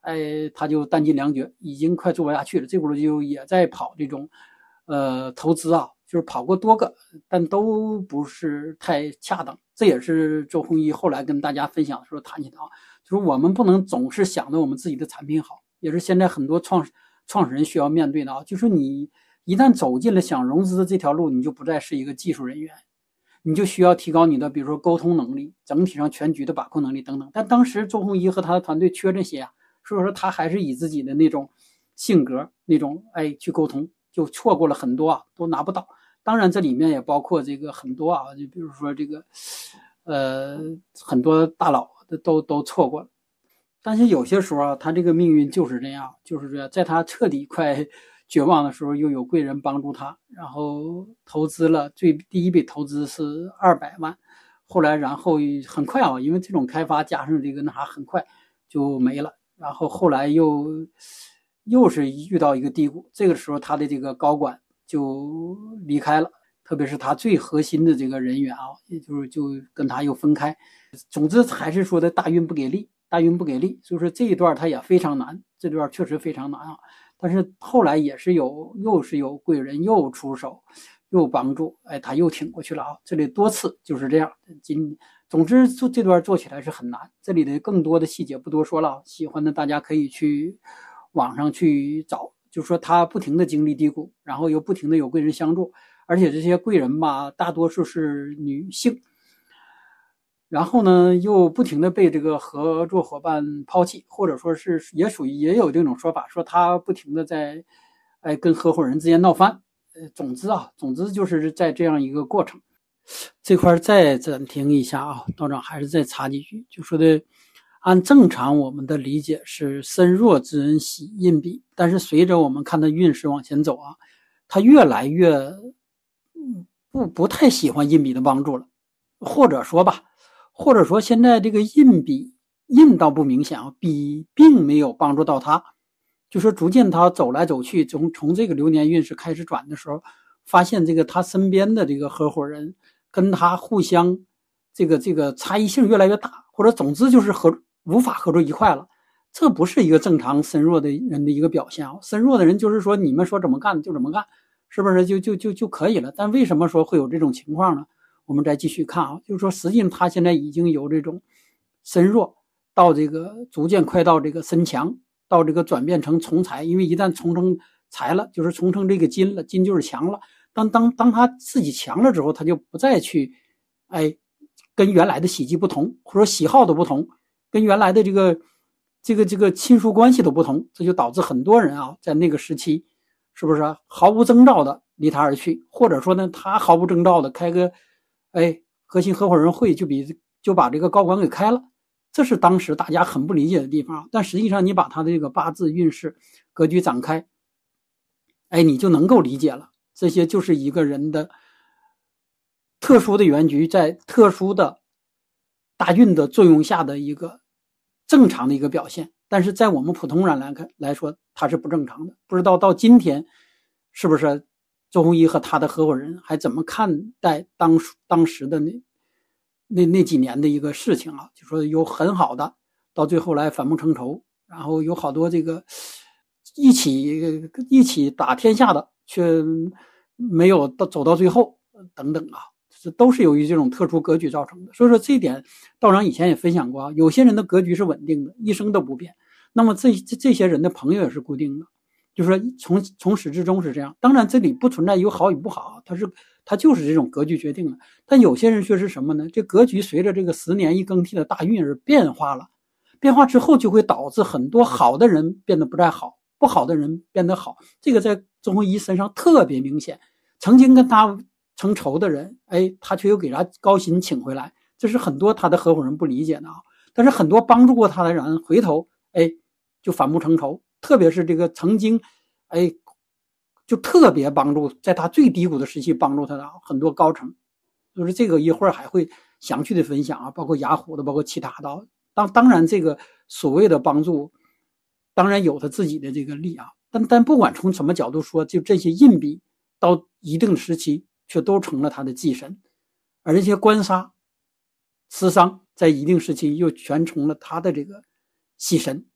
哎，他就弹尽粮绝，已经快做不下去了。这会儿就也在跑这种呃投资啊，就是跑过多个，但都不是太恰当。这也是周鸿祎后来跟大家分享的时候谈起的啊，就是我们不能总是想着我们自己的产品好，也是现在很多创创始人需要面对的啊，就是你一旦走进了想融资的这条路，你就不再是一个技术人员。你就需要提高你的，比如说沟通能力，整体上全局的把控能力等等。但当时周鸿祎和他的团队缺这些啊，所以说他还是以自己的那种性格，那种哎去沟通，就错过了很多啊，都拿不到。当然这里面也包括这个很多啊，就比如说这个呃很多大佬都都错过了。但是有些时候啊，他这个命运就是这样，就是这样，在他彻底快绝望的时候，又有贵人帮助他，然后投资了，最第一笔投资是二百万，后来然后很快啊，因为这种开发加上这个那啥，很快就没了。然后后来又又是遇到一个低谷，这个时候他的这个高管就离开了，特别是他最核心的这个人员啊，也就是就跟他又分开。总之还是说的大运不给力，大运不给力，所以说这一段他也非常难，这段确实非常难啊。但是后来也是有，又是有贵人又出手，又帮助，哎，他又挺过去了啊。这里多次就是这样。今总之做这段做起来是很难，这里的更多的细节不多说了，喜欢的大家可以去网上去找。就是说他不停的经历低谷，然后又不停的有贵人相助，而且这些贵人吧，大多数是女性。然后呢，又不停的被这个合作伙伴抛弃，或者说是也属于也有这种说法，说他不停的在，哎，跟合伙人之间闹翻。呃，总之啊，总之就是在这样一个过程。这块再暂停一下啊，道长还是再插几句，就说的，按正常我们的理解是身弱之人喜印比，但是随着我们看他运势往前走啊，他越来越不不太喜欢印比的帮助了，或者说吧。或者说现在这个印比印倒不明显啊，比并没有帮助到他，就说逐渐他走来走去，从从这个流年运势开始转的时候，发现这个他身边的这个合伙人跟他互相这个这个差异性越来越大，或者总之就是合无法合作一块了。这不是一个正常身弱的人的一个表现啊，身弱的人就是说你们说怎么干就怎么干，是不是就就就就可以了？但为什么说会有这种情况呢？我们再继续看啊，就是说实际上他现在已经由这种身弱到这个逐渐快到这个身强，到这个转变成从财，因为一旦重成财了，就是重成这个金了，金就是强了。当当当他自己强了之后，他就不再去哎跟原来的喜忌不同，或者喜好都不同，跟原来的这个这个这个亲属关系都不同，这就导致很多人啊在那个时期是不是、啊、毫无征兆的离他而去，或者说呢他毫无征兆的开个哎，核心合伙人会就比就把这个高管给开了，这是当时大家很不理解的地方。但实际上，你把他的这个八字运势格局展开，哎，你就能够理解了。这些就是一个人的特殊的原局，在特殊的大运的作用下的一个正常的一个表现。但是在我们普通人来看来说，它是不正常的。不知道到今天是不是？周鸿祎和他的合伙人还怎么看待当当时的那那那几年的一个事情啊？就说有很好的，到最后来反目成仇，然后有好多这个一起一起打天下的，却没有到走到最后等等啊，这都是由于这种特殊格局造成的。所以说这一点，道长以前也分享过啊，有些人的格局是稳定的，一生都不变，那么这这这些人的朋友也是固定的。就是说从从始至终是这样，当然这里不存在有好与不好，它是它就是这种格局决定的。但有些人却是什么呢？这格局随着这个十年一更替的大运而变化了，变化之后就会导致很多好的人变得不太好，不好的人变得好。这个在周鸿祎身上特别明显。曾经跟他成仇的人，哎，他却又给他高薪请回来，这是很多他的合伙人不理解的啊。但是很多帮助过他的人，回头哎就反目成仇。特别是这个曾经，哎，就特别帮助，在他最低谷的时期帮助他的很多高层，就是这个一会儿还会详细的分享啊，包括雅虎的，包括其他的。当当然，这个所谓的帮助，当然有他自己的这个力啊，但但不管从什么角度说，就这些印比到一定时期，却都成了他的忌神，而这些官杀、食伤在一定时期又全成了他的这个喜神。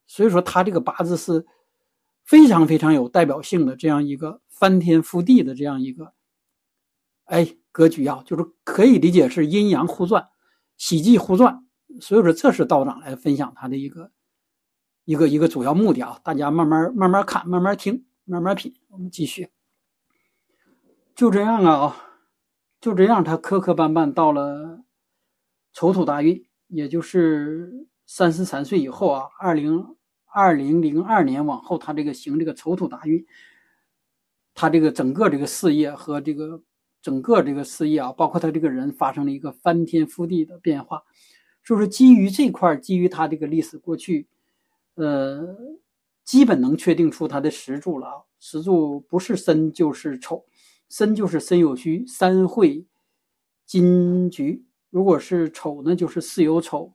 所以说他这个八字是非常非常有代表性的这样一个翻天覆地的这样一个哎格局啊，就是可以理解是阴阳互转，喜忌互转。所以说这是道长来分享他的一个一个一个主要目的啊，大家慢慢慢慢看，慢慢听，慢慢品。我们继续。就这样啊，就这样他磕磕绊绊到了丑土大运，也就是三十三岁以后啊，二零二零零二年往后，他这个行这个丑土大运，他这个整个这个事业和这个整个这个事业啊，包括他这个人发生了一个翻天覆地的变化。就是基于这块，基于他这个历史过去，呃，基本能确定出他的时柱了啊。时柱不是申就是丑，申就是申酉戌三会金局，如果是丑呢，就是巳酉丑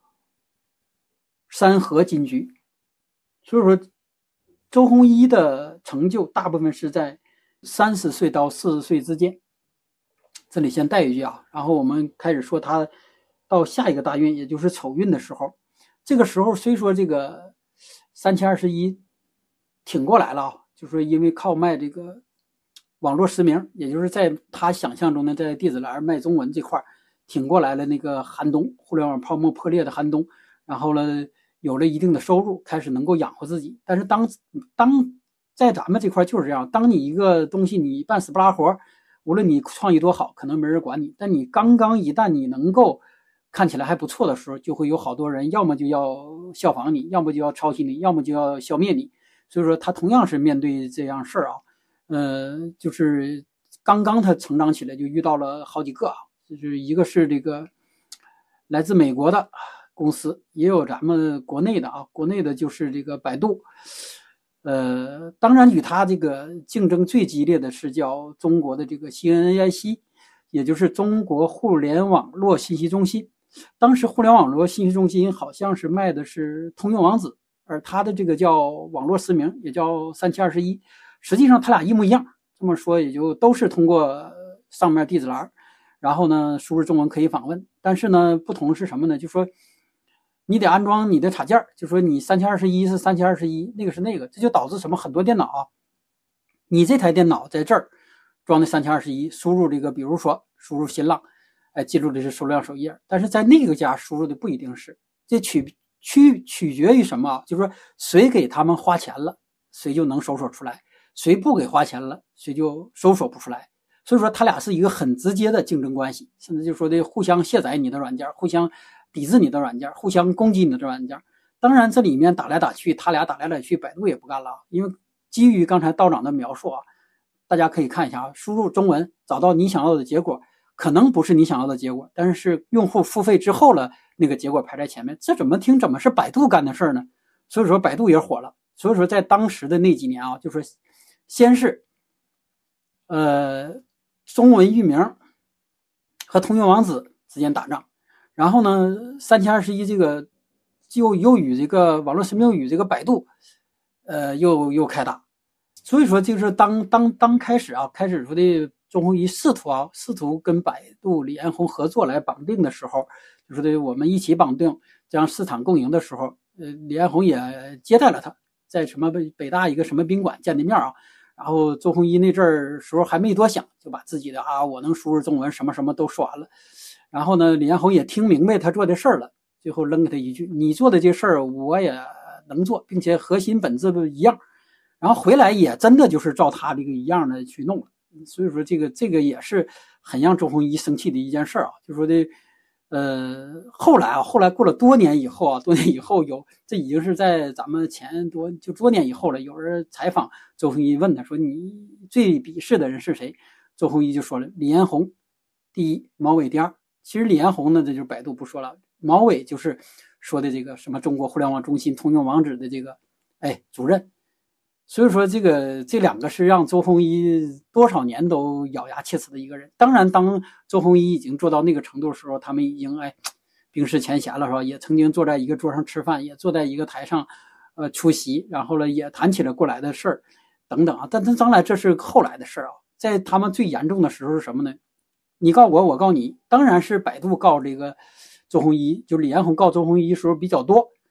三合金局。所以说，周鸿祎的成就大部分是在三十岁到四十岁之间。这里先带一句啊，然后我们开始说他到下一个大运，也就是丑运的时候，这个时候虽说这个三七二十一挺过来了啊，就说因为靠卖这个网络实名，也就是在他想象中的在地址栏卖中文这块挺过来了那个寒冬，互联网泡沫破裂的寒冬，然后呢有了一定的收入，开始能够养活自己。但是当当在咱们这块就是这样，当你一个东西你半死不拉活，无论你创意多好，可能没人管你，但你刚刚一旦你能够看起来还不错的时候，就会有好多人要么就要效仿你，要么就要抄袭你，要么就要消灭你。所以说他同样是面对这样事儿啊，呃，就是刚刚他成长起来就遇到了好几个啊，就是一个是这个来自美国的公司，也有咱们国内的啊，国内的就是这个百度。呃，当然与他这个竞争最激烈的是叫中国的这个 C N I C， 也就是中国互联网络信息中心。当时互联网络信息中心好像是卖的是通用网址，而他的这个叫网络实名，也叫三七二十一。实际上他俩一模一样，这么说也就都是通过上面地址栏，然后呢输入中文可以访问。但是呢不同是什么呢？就说你得安装你的插件，就说你三七二十一是三七二十一，那个是那个，这就导致什么？很多电脑啊，你这台电脑在这儿装的三七二十一，输入这个，比如说输入新浪，哎，记录的是收量首页，但是在那个家输入的不一定是，这取取取决于什么？就是说谁给他们花钱了，谁就能搜索出来；谁不给花钱了，谁就搜索不出来。所以说他俩是一个很直接的竞争关系，甚至就说的互相卸载你的软件，互相抵制你的软件，互相攻击你的软件。当然这里面打来打去，他俩打来打去，百度也不干了，因为基于刚才道长的描述啊，大家可以看一下啊，输入中文找到你想要的结果，可能不是你想要的结果，但是是用户付费之后了，那个结果排在前面，这怎么听怎么是百度干的事儿呢？所以说百度也火了。所以说在当时的那几年啊，就说先是呃中文域名和通用网址之间打仗，然后呢三七二十一这个又又与这个网络实名与这个百度呃又又开打。所以说就是当当当开始啊开始说的周鸿祎试图啊试图跟百度李彦宏合作来绑定的时候，就说的我们一起绑定这样市场共赢的时候，呃李彦宏也接待了他，在什么北大一个什么宾馆见的面啊。然后周鸿祎那阵儿时候还没多想，就把自己的啊我能输入中文什么什么都说完了。然后呢李彦宏也听明白他做的事儿了，最后扔给他一句，你做的这事儿我也能做，并且核心本质不一样。然后回来也真的就是照他这个一样的去弄了。所以说这个这个也是很让周鸿祎生气的一件事啊，就说的呃后来啊后来过了多年以后啊多年以后有这已经是在咱们前多就多年以后了，有人采访周鸿祎问他说你最鄙视的人是谁？周鸿祎就说了李彦宏第一，毛伟第二。其实李彦宏呢这就是百度不说了，毛伟就是说的这个什么中国互联网中心通用网址的这个哎主任。所以说这个这两个是让周鸿祎多少年都咬牙切齿的一个人。当然当周鸿祎已经做到那个程度的时候，他们已经哎冰释前嫌了是吧？也曾经坐在一个桌上吃饭，也坐在一个台上呃出席，然后呢也谈起了过来的事儿等等啊。但当然这是后来的事儿啊。在他们最严重的时候是什么呢？你告我我告你，当然是百度告这个周鸿祎，就李彦宏告周鸿祎时候比较多。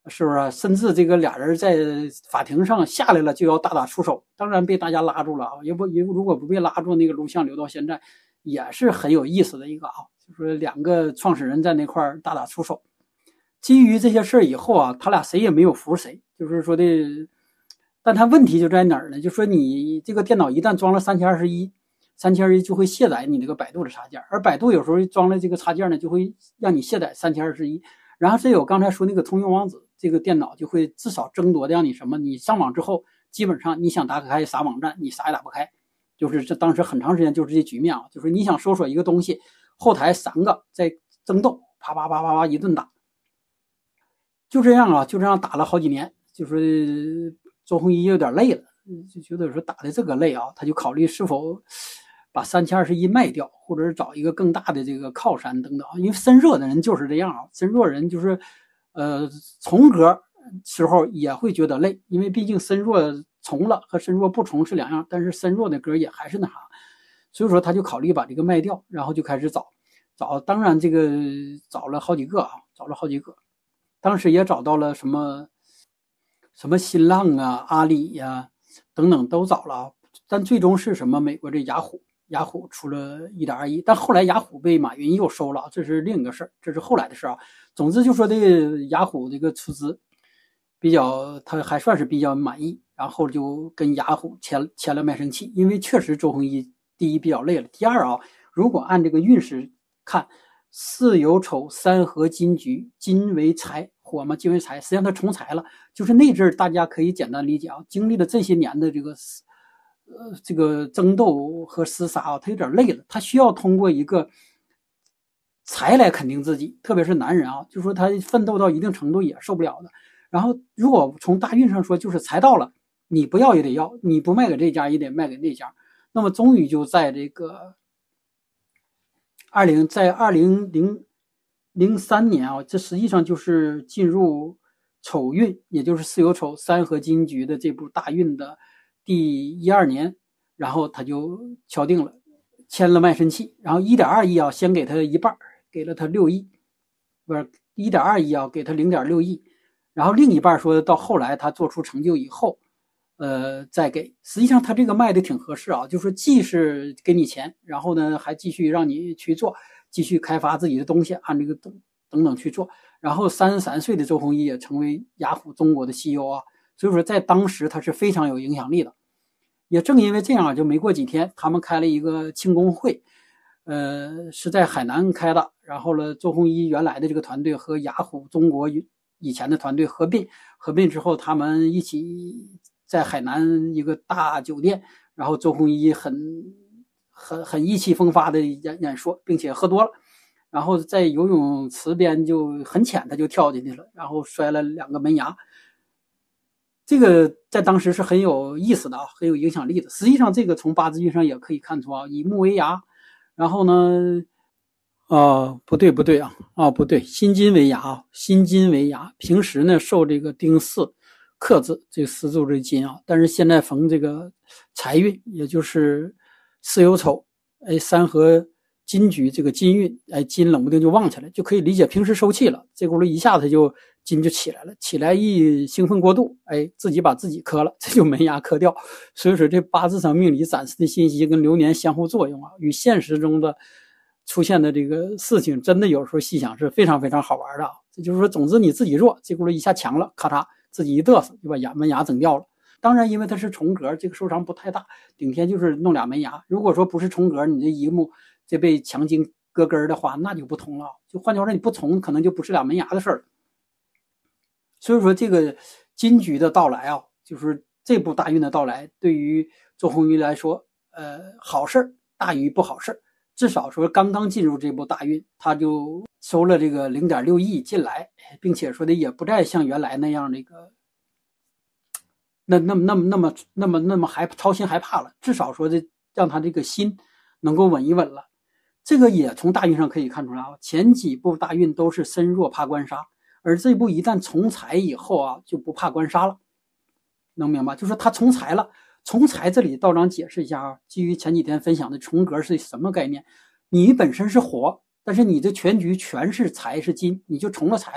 是不是？甚至这个俩人在法庭上下来了就要大打出手，当然被大家拉住了啊！也不也如果不被拉住，那个录像留到现在也是很有意思的一个啊，就是两个创始人在那块大打出手。基于这些事儿以后啊，他俩谁也没有服谁，就是说的，但他问题就在哪儿呢？就说你这个电脑一旦装了三七二十一，三七二十一就会卸载你这个百度的插件，而百度有时候装了这个插件呢，就会让你卸载三七二十一。然后这有刚才说那个通用网址，这个电脑就会至少争夺的让你什么？你上网之后，基本上你想打开啥网站，你啥也打不开。就是这当时很长时间就是这局面啊，就是你想搜索一个东西，后台三个在争斗，啪啪啪啪啪一顿打。就这样啊，就这样打了好几年，就是周鸿祎有点累了，就觉得说打的这个累啊，他就考虑是否把三七二十一卖掉，或者是找一个更大的这个靠山等等。因为身弱的人就是这样啊，身弱人就是呃重格时候也会觉得累，因为毕竟身弱重了和身弱不重是两样，但是身弱的歌也还是那啥，所以说他就考虑把这个卖掉，然后就开始找找，当然这个找了好几个啊，找了好几个。当时也找到了什么什么新浪啊、阿里呀、啊、等等都找了，但最终是什么？美国这雅虎，雅虎出了 一点二亿，但后来雅虎被马云又收了，这是另一个事儿，这是后来的事啊。总之就说这个雅虎这个出资比较，他还算是比较满意，然后就跟雅虎签签了卖身契，因为确实周鸿祎第一比较累了，第二啊，如果按这个运势看。巳酉丑三合金局，金为财，火嘛金为财，实际上它重财了。就是那阵儿，大家可以简单理解啊，经历了这些年的这个呃这个争斗和厮杀啊，他有点累了，他需要通过一个财来肯定自己，特别是男人啊，就说他奋斗到一定程度也受不了的。然后如果从大运上说，就是财到了，你不要也得要，你不卖给这家也得卖给那家。那么终于就在这个。二零在二零零零三年啊，这实际上就是进入丑运，也就是巳酉丑三合金局的这部大运的第一二年，然后他就敲定了，签了卖身契，然后一点二亿啊，先给他一半，给了他六亿，不是一点二亿啊，给他零点六亿，然后另一半说到后来他做出成就以后。呃，再给，实际上他这个卖的挺合适啊，就是既是给你钱，然后呢还继续让你去做，继续开发自己的东西，按这个等等等去做。然后三十三岁的周鸿祎也成为雅虎中国的 C E O 啊，所以说在当时他是非常有影响力的。也正因为这样，就没过几天，他们开了一个庆功会，呃，是在海南开的。然后呢，周鸿祎原来的这个团队和雅虎中国以前的团队合并，合并之后他们一起。在海南一个大酒店，然后周鸿祎很很很意气风发的演演说，并且喝多了，然后在游泳池边就很浅，他就跳进去了，然后摔了两个门牙。这个在当时是很有意思的啊，很有影响力的。实际上，这个从八字运上也可以看出啊，以木为牙，然后呢，啊不对不对啊啊不对，辛金为牙，辛金为牙，平时呢受这个丁巳。克制这个四柱这金啊，但是现在逢这个财运，也就是巳酉丑，哎，三合金局这个金运，哎，金冷不丁就旺起来，就可以理解平时收气了，这轱辘一下子就金就起来了，起来一兴奋过度，哎，自己把自己磕了，这就门牙磕掉。所以说这八字上命理展示的信息跟流年相互作用啊，与现实中的出现的这个事情，真的有时候细想是非常非常好玩的。这就是说，总之你自己弱，这轱辘一下强了，咔嚓。自己一嘚瑟就把牙门牙整掉了。当然因为它是重格，这个受伤不太大，顶天就是弄俩门牙。如果说不是重格，你这一目这被强筋割根的话，那就不同了。就换句话说，你不重可能就不是俩门牙的事儿。所以说这个金局的到来啊，就是这部大运的到来，对于周鸿祎来说，呃，好事大于不好事。至少说刚刚进入这波大运，他就收了这个 零点六亿进来，并且说的也不再像原来那样那个那那么那么那么那么那么还操心害怕了，至少说的让他这个心能够稳一稳了。这个也从大运上可以看出来啊，前几部大运都是身弱怕官杀，而这部一旦重财以后啊，就不怕官杀了。能明白？就是他重财了。重财这里道长解释一下啊，基于前几天分享的重格是什么概念？你本身是火，但是你的全局全是财是金，你就重了财了。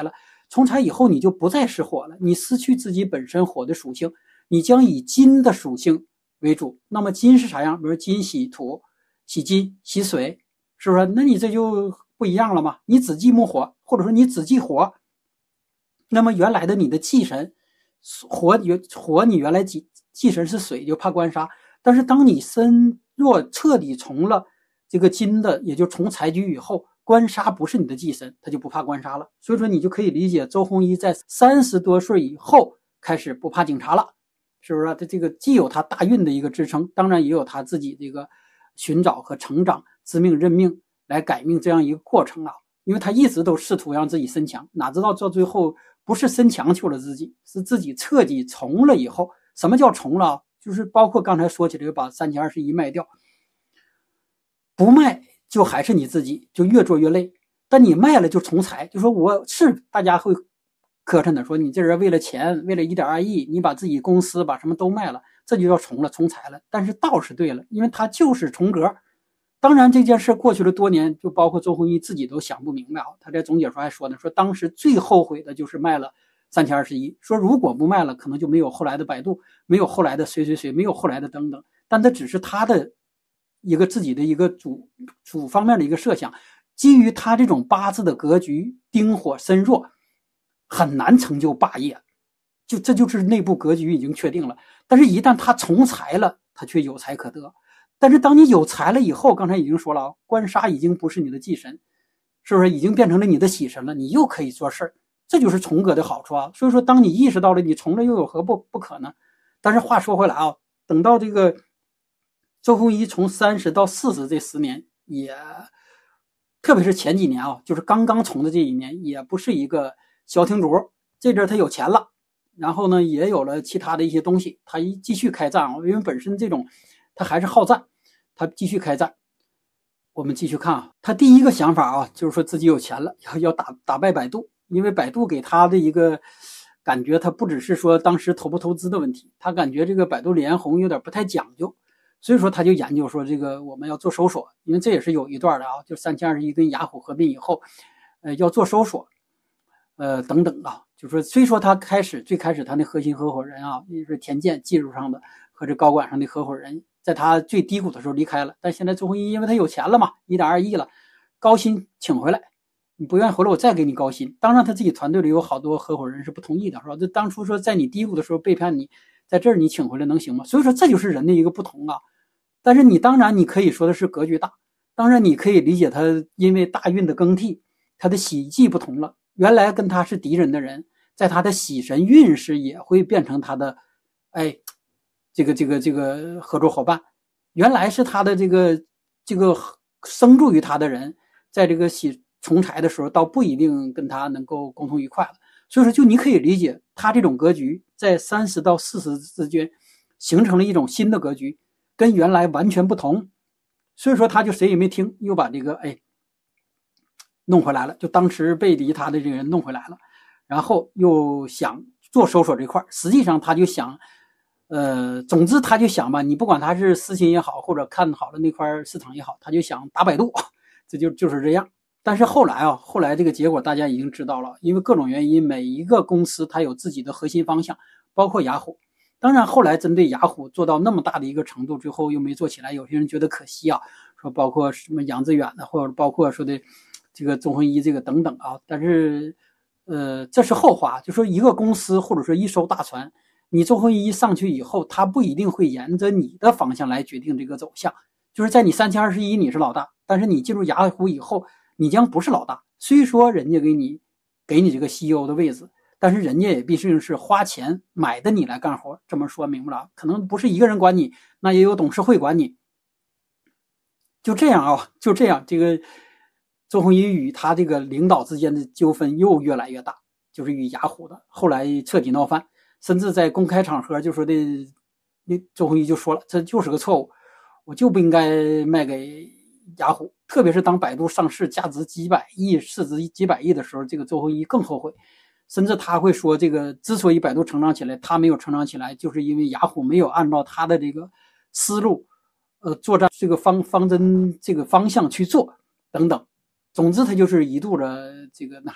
从财以后你就不再是火了，你失去自己本身火的属性，你将以金的属性为主。那么金是啥样？比如金喜土，喜金，喜水，是不是？那你这就不一样了嘛？你子忌木火，或者说你子忌火，那么原来的你的忌神火，火你原来忌忌神是水，就怕官杀。但是当你身若彻底从了这个金的，也就从财局以后，官杀不是你的忌神，他就不怕官杀了。所以说你就可以理解周鸿祎在三十多岁以后开始不怕警察了，是不是？他这个既有他大运的一个支撑，当然也有他自己这个寻找和成长、知命认命来改命这样一个过程啊。因为他一直都试图让自己身强，哪知道到最后不是身强救了自己，是自己彻底从了以后。什么叫从了？就是包括刚才说起来把三七二十一卖掉，不卖就还是你自己，就越做越累。但你卖了就从财，就说我是大家会磕碜的，说你这人为了钱，为了一点二亿，你把自己公司把什么都卖了，这就叫从了，从财了。但是道是对了，因为他就是重格。当然这件事过去了多年，就包括周鸿祎自己都想不明白啊。他在总结时候还说呢，说当时最后悔的就是卖了三千二十一，说如果不卖了，可能就没有后来的百度，没有后来的谁谁谁，没有后来的等等。但这只是他的一个自己的一个主主方面的一个设想，基于他这种八字的格局，丁火身弱，很难成就霸业，就这就是内部格局已经确定了。但是一旦他从财了，他却有财可得。但是当你有财了以后，刚才已经说了，官杀已经不是你的忌神，是不是已经变成了你的喜神了？你又可以做事儿，这就是从格的好处啊。所以说当你意识到了你从了又有何不不可呢？但是话说回来啊，等到这个周鸿祎从三十到四十这十年，也特别是前几年啊，就是刚刚从的这一年，也不是一个小挺主。这阵他有钱了，然后呢也有了其他的一些东西，他一继续开战啊，因为本身这种他还是好战，他继续开战。我们继续看啊，他第一个想法啊，就是说自己有钱了，要要打打败百度，因为百度给他的一个感觉，他不只是说当时投不投资的问题，他感觉这个百度李彦宏有点不太讲究，所以说他就研究说这个我们要做搜索，因为这也是有一段的啊，就三七二十一跟雅虎合并以后，呃，要做搜索，呃等等啊，就说虽说他开始最开始他那核心合伙人啊，就是田健技术上的和这高管上的合伙人，在他最低谷的时候离开了，但现在周鸿祎因为他有钱了嘛， 一点二亿了，高薪请回来，你不愿意回来我再给你高薪。当然他自己团队里有好多合伙人是不同意的，是吧？这当初说在你低谷的时候背叛你，在这儿你请回来能行吗？所以说这就是人的一个不同啊。但是你当然你可以说的是格局大，当然你可以理解他因为大运的更替，他的喜忌不同了，原来跟他是敌人的人，在他的喜神运势也会变成他的哎这个这个这个合作伙伴，原来是他的这个这个生助于他的人，在这个喜从财的时候，倒不一定跟他能够沟通愉快了。所以说，就你可以理解，他这种格局在三十到四十之间形成了一种新的格局，跟原来完全不同。所以说，他就谁也没听，又把这个哎弄回来了，就当时背离他的这个人弄回来了，然后又想做搜索这块，实际上他就想。呃，总之他就想吧，你不管他是私心也好，或者看好了那块市场也好，他就想打百度，这就就是这样。但是后来啊，后来这个结果大家已经知道了，因为各种原因，每一个公司它有自己的核心方向，包括雅虎。当然后来针对雅虎做到那么大的一个程度，最后又没做起来，有些人觉得可惜啊，说包括什么杨致远的，或者包括说的这个周鸿祎这个等等啊。但是呃，这是后话，就说一个公司或者说一艘大船。你周鸿祎上去以后，他不一定会沿着你的方向来决定这个走向，就是在你三七二十一你是老大，但是你进入雅虎以后，你将不是老大。虽说人家给你给你这个 C E O 的位置，但是人家也毕竟是花钱买的你来干活，这么说明白了，可能不是一个人管你，那也有董事会管你。就这样啊，就这样，这个周鸿祎与他这个领导之间的纠纷又越来越大，就是与雅虎的，后来彻底闹翻。甚至在公开场合就说的，那周鸿祎就说了，这就是个错误，我就不应该卖给雅虎。特别是当百度上市，价值几百亿、市值几百亿的时候，这个周鸿祎更后悔。甚至他会说，这个之所以百度成长起来，他没有成长起来，就是因为雅虎没有按照他的这个思路，呃，作战这个方方针这个方向去做等等。总之，他就是一度的这个那啥。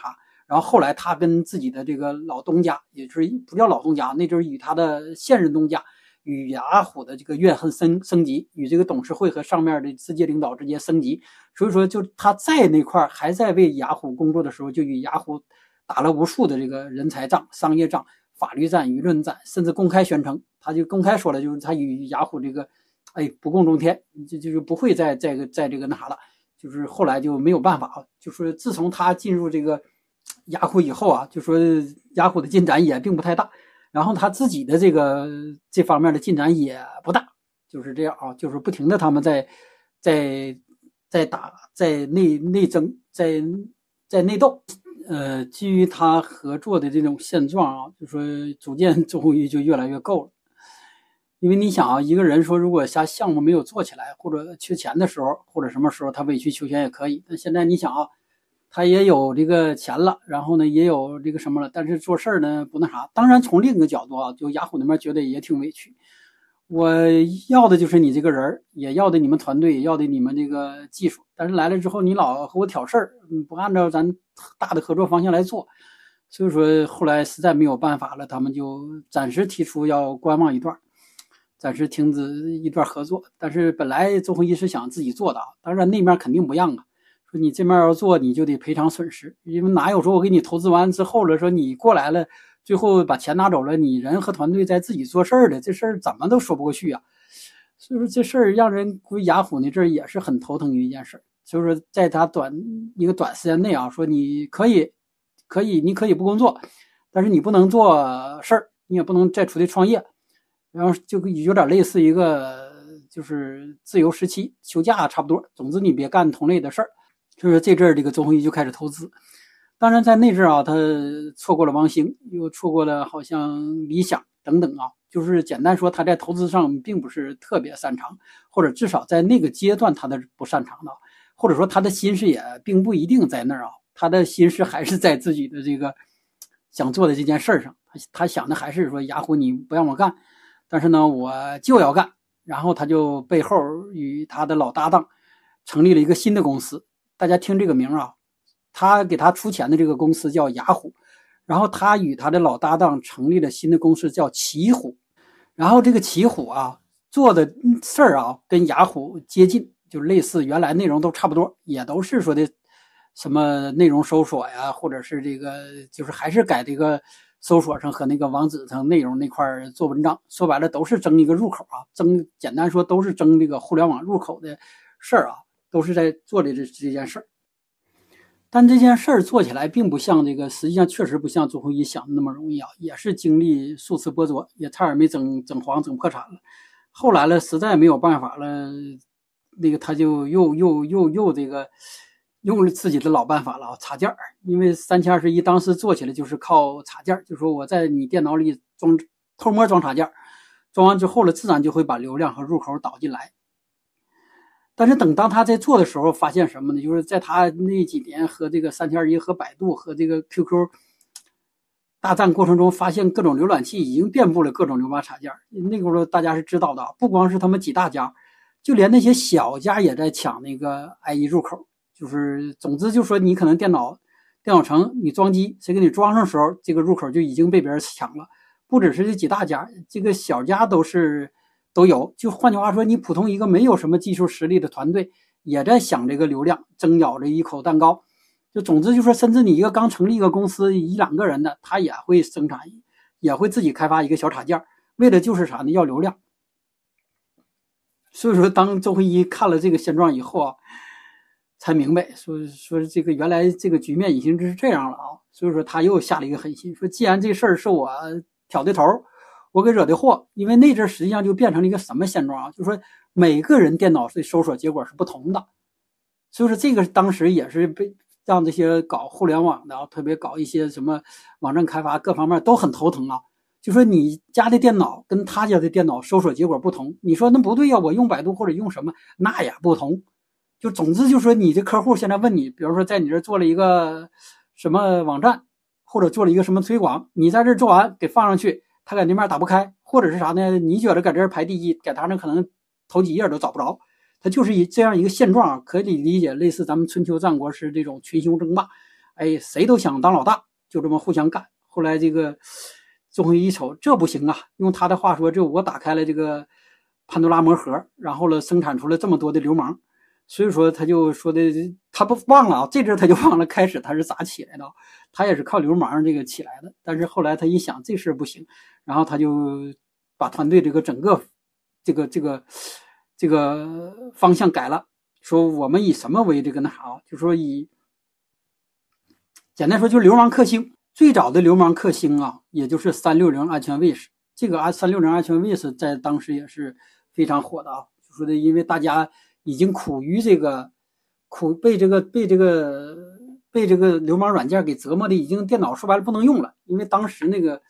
然后后来他跟自己的这个老东家，也就是不叫老东家，那就是与他的现任东家与雅虎的这个怨恨升升级，与这个董事会和上面的直接领导之间升级。所以说，就他在那块还在为雅虎工作的时候，就与雅虎打了无数的这个人才仗、商业仗、法律战、舆论战，甚至公开宣称，他就公开说了，就是他与雅虎这个，哎，不共中天，就就是不会再再在这个那啥了。就是后来就没有办法，就说自从他进入这个雅虎以后啊，就说雅虎的进展也并不太大，然后他自己的这个这方面的进展也不大，就是这样啊，就是不停的他们在在在打，在内内争，在在内斗。呃，基于他合作的这种现状啊，就说逐渐周鸿祎就越来越够了。因为你想啊，一个人说如果他项目没有做起来，或者缺钱的时候，或者什么时候他委曲求全也可以。但现在你想啊，他也有这个钱了，然后呢也有这个什么了，但是做事呢不那啥。当然从另一个角度啊，就雅虎那边觉得也挺委屈。我要的就是你这个人，也要的你们团队，也要的你们这个技术，但是来了之后你老和我挑事儿，不按照咱大的合作方向来做，所以说后来实在没有办法了，他们就暂时提出要观望一段，暂时停止一段合作。但是本来周鸿祎是想自己做的，当然那面肯定不让啊，说你这面要做你就得赔偿损失，因为哪有说我给你投资完之后了，说你过来了最后把钱拿走了，你人和团队在自己做事儿的，这事儿怎么都说不过去啊。所以说这事儿让人归雅虎那阵儿也是很头疼的一件事。所以说在他短一个短时间内啊，说你可以可以你可以不工作，但是你不能做事儿，你也不能再出去创业，然后就有点类似一个就是自由时期休假差不多，总之你别干同类的事儿。就是这阵儿这个周鸿祎就开始投资。当然在那阵啊，他错过了王兴，又错过了好像理想等等啊，就是简单说他在投资上并不是特别擅长，或者至少在那个阶段他的不擅长的，或者说他的心思也并不一定在那儿啊，他的心思还是在自己的这个想做的这件事上，他他想的还是说雅虎你不让我干，但是呢我就要干。然后他就背后与他的老搭档成立了一个新的公司，大家听这个名啊，他给他出钱的这个公司叫雅虎，然后他与他的老搭档成立了新的公司叫奇虎。然后这个奇虎啊做的事儿啊跟雅虎接近，就类似，原来内容都差不多，也都是说的什么内容搜索呀，或者是这个就是还是改这个搜索上和那个网址上内容那块做文章，说白了都是争一个入口啊，争简单说都是争这个互联网入口的事儿啊，都是在做的这这件事儿。但这件事儿做起来并不像这个，实际上确实不像周鸿祎想的那么容易啊，也是经历数次波折，也差点没整整黄整破产了。后来了，实在没有办法了，那个他就又又又又这个用了自己的老办法了啊，插件儿。因为三七二十一当时做起来就是靠插件儿，就说我在你电脑里装偷摸装插件儿，装完之后了，自然就会把流量和入口导进来。但是等当他在做的时候，发现什么呢？就是在他那几年和这个三七二十一和百度和这个 Q Q 大战过程中，发现各种浏览器已经遍布了各种流氓插件。那个时候大家是知道的，不光是他们几大家，就连那些小家也在抢那个 I E 入口。就是总之就说你可能电脑电脑城你装机，谁给你装上的时候，这个入口就已经被别人抢了。不只是这几大家，这个小家都是都有。就换句话说，你普通一个没有什么技术实力的团队也在想这个流量，争咬着一口蛋糕。就总之就说，甚至你一个刚成立一个公司一两个人的，他也会生产，也会自己开发一个小插件，为的就是啥呢？要流量。所以说当周鸿祎看了这个现状以后啊，才明白说说这个原来这个局面已经是这样了啊。所以说他又下了一个狠心，说既然这事儿是我挑的头，我给惹的祸。因为那阵实际上就变成了一个什么现状啊？就是说每个人电脑的搜索结果是不同的，所以说这个当时也是被让这些搞互联网的，特别搞一些什么网站开发各方面都很头疼啊。就说你家的电脑跟他家的电脑搜索结果不同，你说那不对呀，我用百度或者用什么那也不同。就总之就说你这客户现在问你，比如说在你这做了一个什么网站，或者做了一个什么推广，你在这做完给放上去，他在那边打不开，或者是啥呢？你觉得搁这儿排第一，给他那可能头几页都找不着。它就是以这样一个现状，可以理解类似咱们春秋战国时这种群雄争霸。 哎，谁都想当老大，就这么互相干。后来这个周鸿祎一瞅，这不行啊，用他的话说，这我打开了这个潘多拉魔盒，然后呢生产出了这么多的流氓。所以说他就说的，他不忘了啊，这阵他就忘了开始他是咋起来的，他也是靠流氓这个起来的。但是后来他一想这事不行，然后他就把团队这个整个这个这个这个方向改了，说我们以什么为这个那啥啊？就说以简单说就是流氓克星。最早的流氓克星啊，也就是三六零安全卫士。这个三六零安全卫士在当时也是非常火的啊，就说的因为大家已经苦于这个苦被这个被这个被这个流氓软件给折磨的，已经电脑说白了不能用了。因为当时那个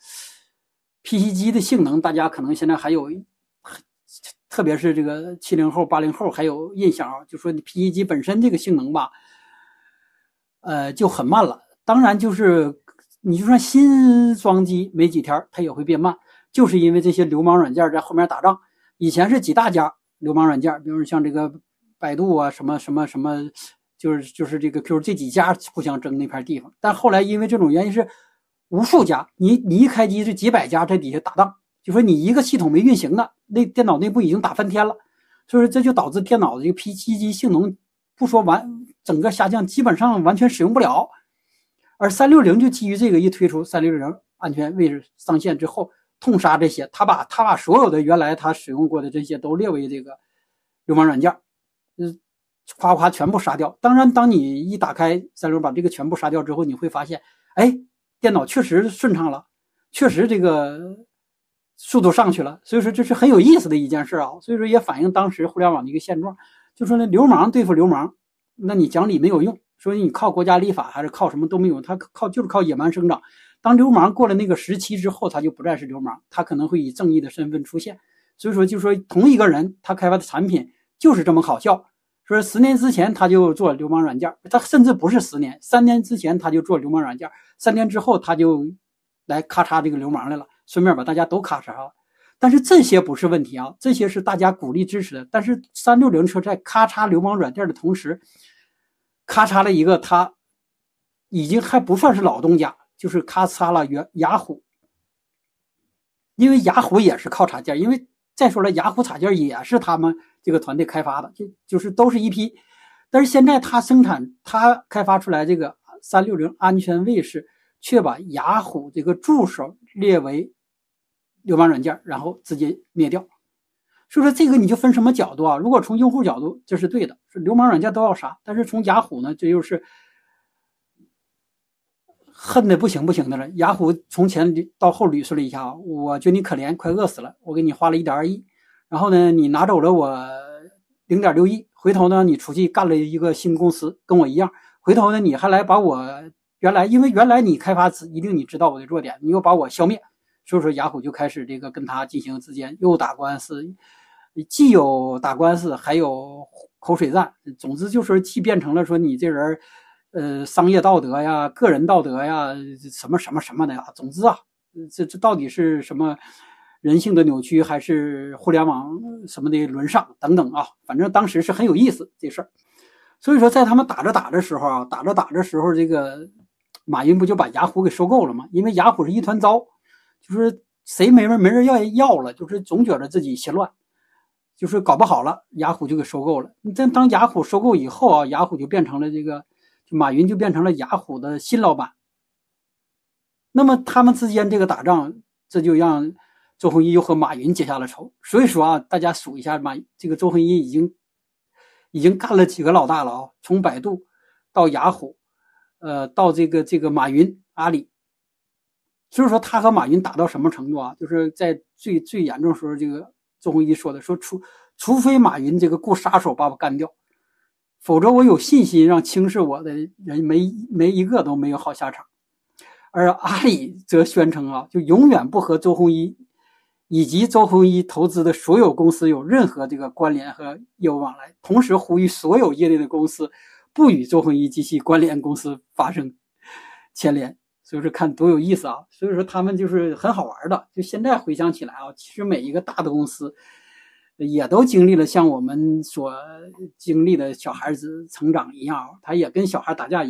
P C 机的性能，大家可能现在还有，特别是这个七零后、八零后还有印象啊，就说你 P C 机本身这个性能吧，呃，就很慢了。当然，就是你就算新装机没几天，它也会变慢，就是因为这些流氓软件在后面打仗。以前是几大家流氓软件，比如像这个百度啊，什么什么什么，就是就是这个 Q 这几家互相争那片地方。但后来因为这种原因是无数家，你你一开机是几百家在底下打仗，就说你一个系统没运行的，那电脑内部已经打翻天了。所以说这就导致电脑的这个 P C 机性能不说完整个下降，基本上完全使用不了。而三六零就基于这个一推出三六零安全卫士上线之后，痛杀这些，他把他把所有的原来他使用过的这些都列为这个流氓软件，嗯，夸夸全部杀掉。当然，当你一打开三六零把这个全部杀掉之后，你会发现，哎，电脑确实顺畅了，确实这个速度上去了。所以说这是很有意思的一件事啊。所以说也反映当时互联网的一个现状，就说呢，流氓对付流氓，那你讲理没有用。所以你靠国家立法还是靠什么都没有，他靠就是靠野蛮生长。当流氓过了那个时期之后，他就不再是流氓，他可能会以正义的身份出现。所以说，就说同一个人他开发的产品就是这么好笑。说十年之前他就做流氓软件，他甚至不是十年，三年之前他就做流氓软件，三年之后他就来咔嚓这个流氓来了，顺便把大家都咔嚓了。但是这些不是问题啊，这些是大家鼓励支持的。但是三六零车在咔嚓流氓软件的同时，咔嚓了一个他已经还不算是老东家，就是咔嚓了雅虎。因为雅虎也是靠插件，因为再说了，雅虎插件也是他们这个团队开发的，就就是都是一批。但是现在他生产他开发出来这个三六零安全卫士，却把雅虎这个助手列为流氓软件，然后直接灭掉。所以说这个你就分什么角度啊？如果从用户角度，这是对的，是流氓软件都要杀。但是从雅虎呢，这又是恨的不行不行的了。雅虎从前到后捋顺了一下，我觉得你可怜，快饿死了，我给你花了一点二亿，然后呢，你拿走了我零点六亿，回头呢，你出去干了一个新公司，跟我一样，回头呢，你还来把我原来，因为原来你开发一定你知道我的弱点，你又把我消灭，所以说雅虎就开始这个跟他进行之间又打官司。既有打官司，还有口水战，总之就是既变成了说你这人，呃，商业道德呀、个人道德呀，什么什么什么的呀。总之啊，这这到底是什么人性的扭曲，还是互联网什么的沦丧等等啊？反正当时是很有意思这事儿。所以说，在他们打着打着时候啊，打着打着时候，这个马云不就把雅虎给收购了吗？因为雅虎是一团糟，就是谁没人没人要要了，就是总觉得自己闲乱。就是搞不好了，雅虎就给收购了。但当雅虎收购以后啊，雅虎就变成了这个，就马云就变成了雅虎的新老板。那么他们之间这个打仗，这就让周鸿祎又和马云结下了仇。所以说啊，大家数一下，马这个周鸿祎已经已经干了几个老大了啊，从百度到雅虎，呃，到这个这个马云阿里。所以说他和马云打到什么程度啊？就是在最最严重的时候，这个周鸿祎说的，说除除非马云这个雇杀手把我干掉，否则我有信心让轻视我的人没没一个都没有好下场。而阿里则宣称啊，就永远不和周鸿祎以及周鸿祎投资的所有公司有任何这个关联和业务往来，同时呼吁所有业内的公司不与周鸿祎及其关联公司发生牵连。所以说看多有意思啊！所以说他们就是很好玩的。就现在回想起来啊，其实每一个大的公司也都经历了像我们所经历的小孩子成长一样，他也跟小孩打架一样。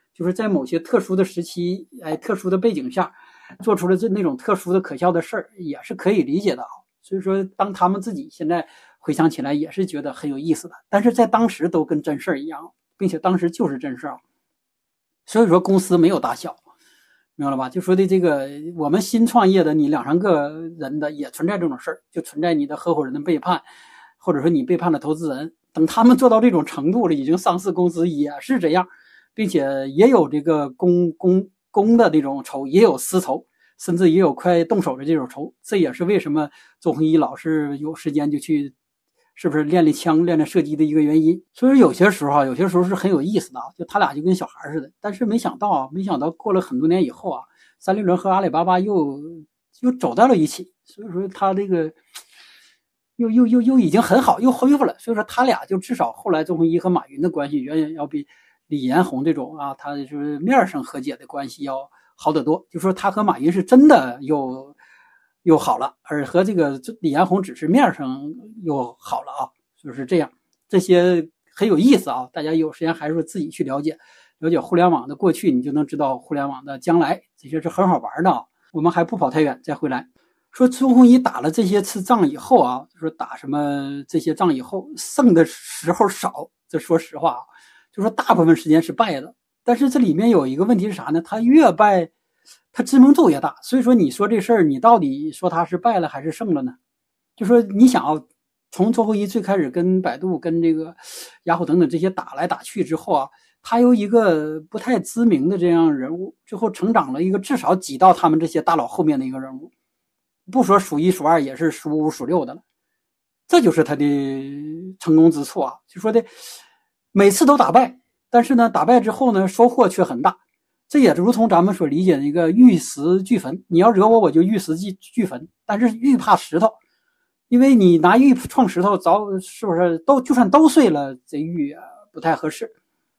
就是在某些特殊的时期，哎，特殊的背景下，做出了这那种特殊的可笑的事儿，也是可以理解的啊。所以说，当他们自己现在回想起来，也是觉得很有意思的。但是在当时都跟真事儿一样，并且当时就是真事儿。所以说，公司没有大小，明白了吧？就说的这个，我们新创业的，你两三个人的也存在这种事儿，就存在你的合伙人的背叛，或者说你背叛了投资人。等他们做到这种程度了，已经上市公司也是这样，并且也有这个公公公的这种仇，也有私仇，甚至也有快动手的这种仇。这也是为什么周鸿祎老是有时间就去，是不是练练枪、练练射击的一个原因。所以有些时候啊，有些时候是很有意思的啊，就他俩就跟小孩似的。但是没想到啊，没想到过了很多年以后啊，三六零和阿里巴巴又又走到了一起。所以说他这个。又又又又已经很好，又恢复了，所以说他俩就至少后来周鸿祎和马云的关系远远要比李彦宏这种啊，他就是面上和解的关系要好得多。就说他和马云是真的又又好了，而和这个李彦宏只是面上又好了啊，就是这样。这些很有意思啊，大家有时间还是自己去了解了解互联网的过去，你就能知道互联网的将来，这些是很好玩的啊。我们还不跑太远，再回来。说周鸿祎打了这些次仗以后啊，就说打什么这些仗以后胜的时候少，这说实话啊，就说大部分时间是败的。但是这里面有一个问题是啥呢？他越败，他知名度越大。所以说你说这事儿，你到底说他是败了还是胜了呢？就说你想啊，从周鸿祎最开始跟百度、跟这个雅虎等等这些打来打去之后啊，他由一个不太知名的这样人物，最后成长了一个至少挤到他们这些大佬后面的一个人物。不说数一数二，也是数五数六的了，这就是他的成功之处啊！就说的每次都打败，但是呢，打败之后呢，收获却很大。这也如同咱们所理解的一个玉石俱焚，你要惹我，我就玉石俱焚。但是玉怕石头，因为你拿玉撞石头，早是不是都就算都碎了，这玉啊不太合适。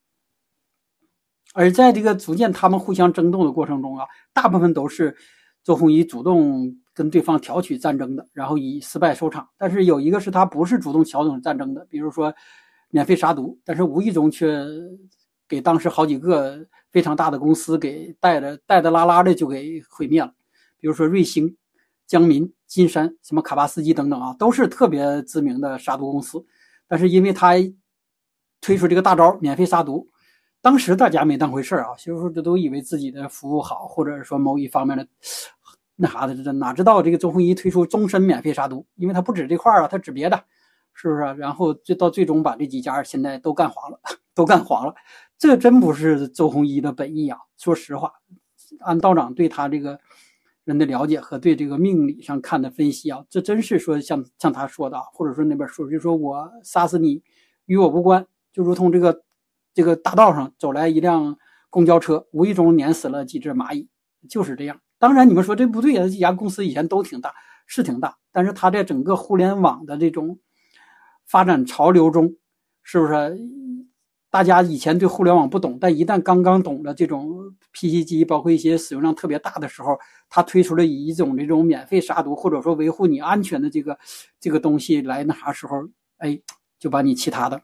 而在这个逐渐他们互相争斗的过程中啊，大部分都是周鸿祎主动跟对方挑起战争的，然后以失败收场。但是有一个是他不是主动挑起战争的，比如说免费杀毒，但是无意中却给当时好几个非常大的公司给带着带着拉拉的就给毁灭了。比如说瑞星、江民、金山、什么卡巴斯基等等啊，都是特别知名的杀毒公司。但是因为他推出这个大招免费杀毒，当时大家没当回事啊，就是都以为自己的服务好，或者说某一方面的那啥的，哪知道这个周鸿祎推出终身免费杀毒，因为他不止这块啊，他指别的，是不是啊？然后就到最终把这几家现在都干黄了，都干黄了。这真不是周鸿祎的本意啊！说实话，按道长对他这个人的了解和对这个命理上看的分析啊，这真是说像像他说的，或者说那边说，就说我杀死你与我无关，就如同这个这个大道上走来一辆公交车，无意中碾死了几只蚂蚁，就是这样。当然你们说这不对啊，这家公司以前都挺大，是挺大，但是它在整个互联网的这种发展潮流中，是不是大家以前对互联网不懂，但一旦刚刚懂了这种 P C 机，包括一些使用量特别大的时候，他推出了以一种这种免费杀毒或者说维护你安全的这个这个东西来那啥时候，哎，就把你其他的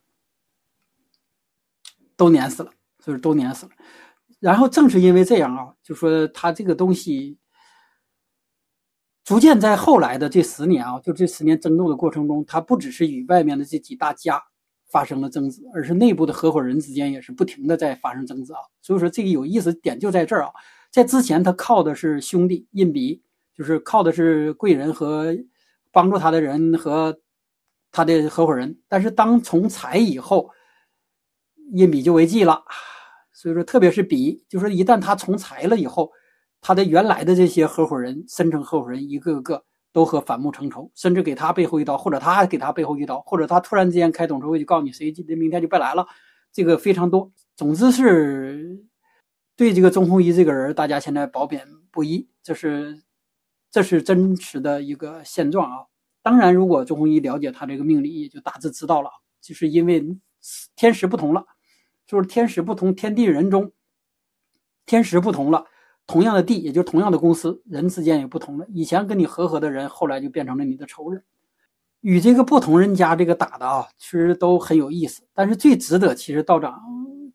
都碾死了，所以都碾死了。然后正是因为这样啊，就说他这个东西逐渐在后来的这十年啊，就这十年争斗的过程中，他不只是与外面的这几大家发生了争执，而是内部的合伙人之间也是不停的在发生争执啊。所以说这个有意思点就在这儿啊，在之前他靠的是兄弟印比，就是靠的是贵人和帮助他的人和他的合伙人，但是当从财以后，印比就为忌了。所以说特别是比，就是一旦他从财了以后，他的原来的这些合伙人深层合伙人一个个都和反目成仇，甚至给他背后一刀，或者他给他背后一刀，或者他突然之间开董事会就告诉你谁明天就别来了，这个非常多。总之是对这个周鸿祎这个人大家现在褒贬不一，这是这是真实的一个现状啊。当然如果周鸿祎了解他这个命理也就大致知道了，就是因为天时不同了，就是天时不同，天地人中天时不同了，同样的地也就是同样的公司，人之间也不同了，以前跟你合合的人后来就变成了你的仇人。与这个不同人家这个打的啊，其实都很有意思，但是最值得其实道长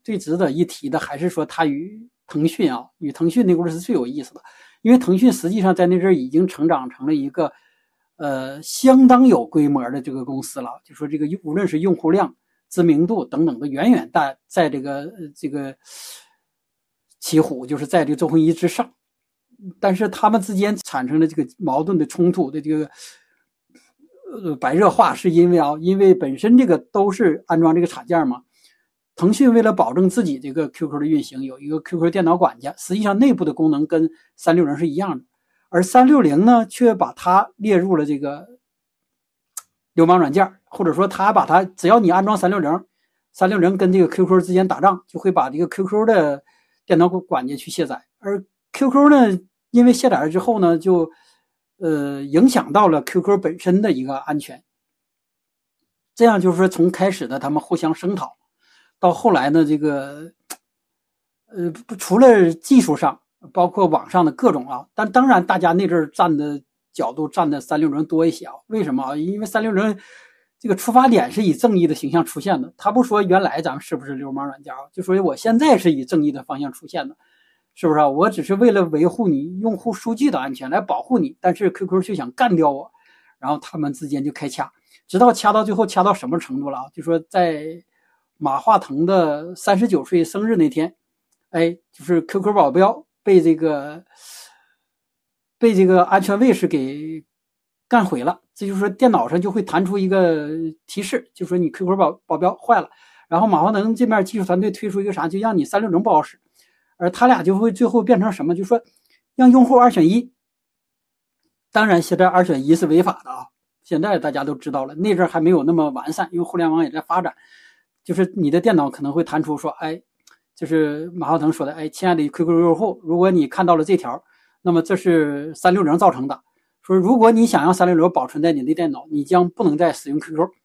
最值得一提的还是说他与腾讯啊，与腾讯那故事是最有意思的，因为腾讯实际上在那阵儿已经成长成了一个呃相当有规模的这个公司了，就说这个无论是用户量、知名度等等的，远远大在这个这个奇虎，就是在这个周鸿祎之上。但是他们之间产生的这个矛盾的冲突的这个呃白热化，是因为啊，因为本身这个都是安装这个插件嘛。腾讯为了保证自己这个 Q Q 的运行，有一个 Q Q 电脑管家，实际上内部的功能跟三六零是一样的，而三六零呢却把它列入了这个流氓软件，或者说他把它只要你安装三六零，三六零跟这个 Q Q 之间打仗，就会把这个 Q Q 的电脑管家去卸载，而 Q Q 呢因为卸载了之后呢，就呃影响到了 Q Q 本身的一个安全。这样就是说从开始的他们互相声讨，到后来呢，这个呃，除了技术上，包括网上的各种啊，但当然大家那阵站的角度站的三六零多一些啊。为什么啊？因为三六零这个出发点是以正义的形象出现的，他不说原来咱们是不是流氓软件啊，就说我现在是以正义的方向出现的，是不是啊？我只是为了维护你用户数据的安全来保护你，但是 Q Q 就想干掉我，然后他们之间就开掐，直到掐到最后掐到什么程度了啊？就说在马化腾的三十九岁生日那天，哎，就是 Q Q 保镖被这个被这个安全卫士给干毁了，这就是说电脑上就会弹出一个提示，就说你 Q Q 保保镖坏了，然后马化腾这边技术团队推出一个啥，就让你三六零不好使，而他俩就会最后变成什么，就说让用户二选一。当然现在二选一是违法的啊，现在大家都知道了，那阵还没有那么完善，因为互联网也在发展，就是你的电脑可能会弹出说，哎，就是马化腾说的，哎，亲爱的 Q Q 用户，如果你看到了这条，那么这是三六零造成的，说如果你想让三六零保存在你的电脑，你将不能再使用 Q Q。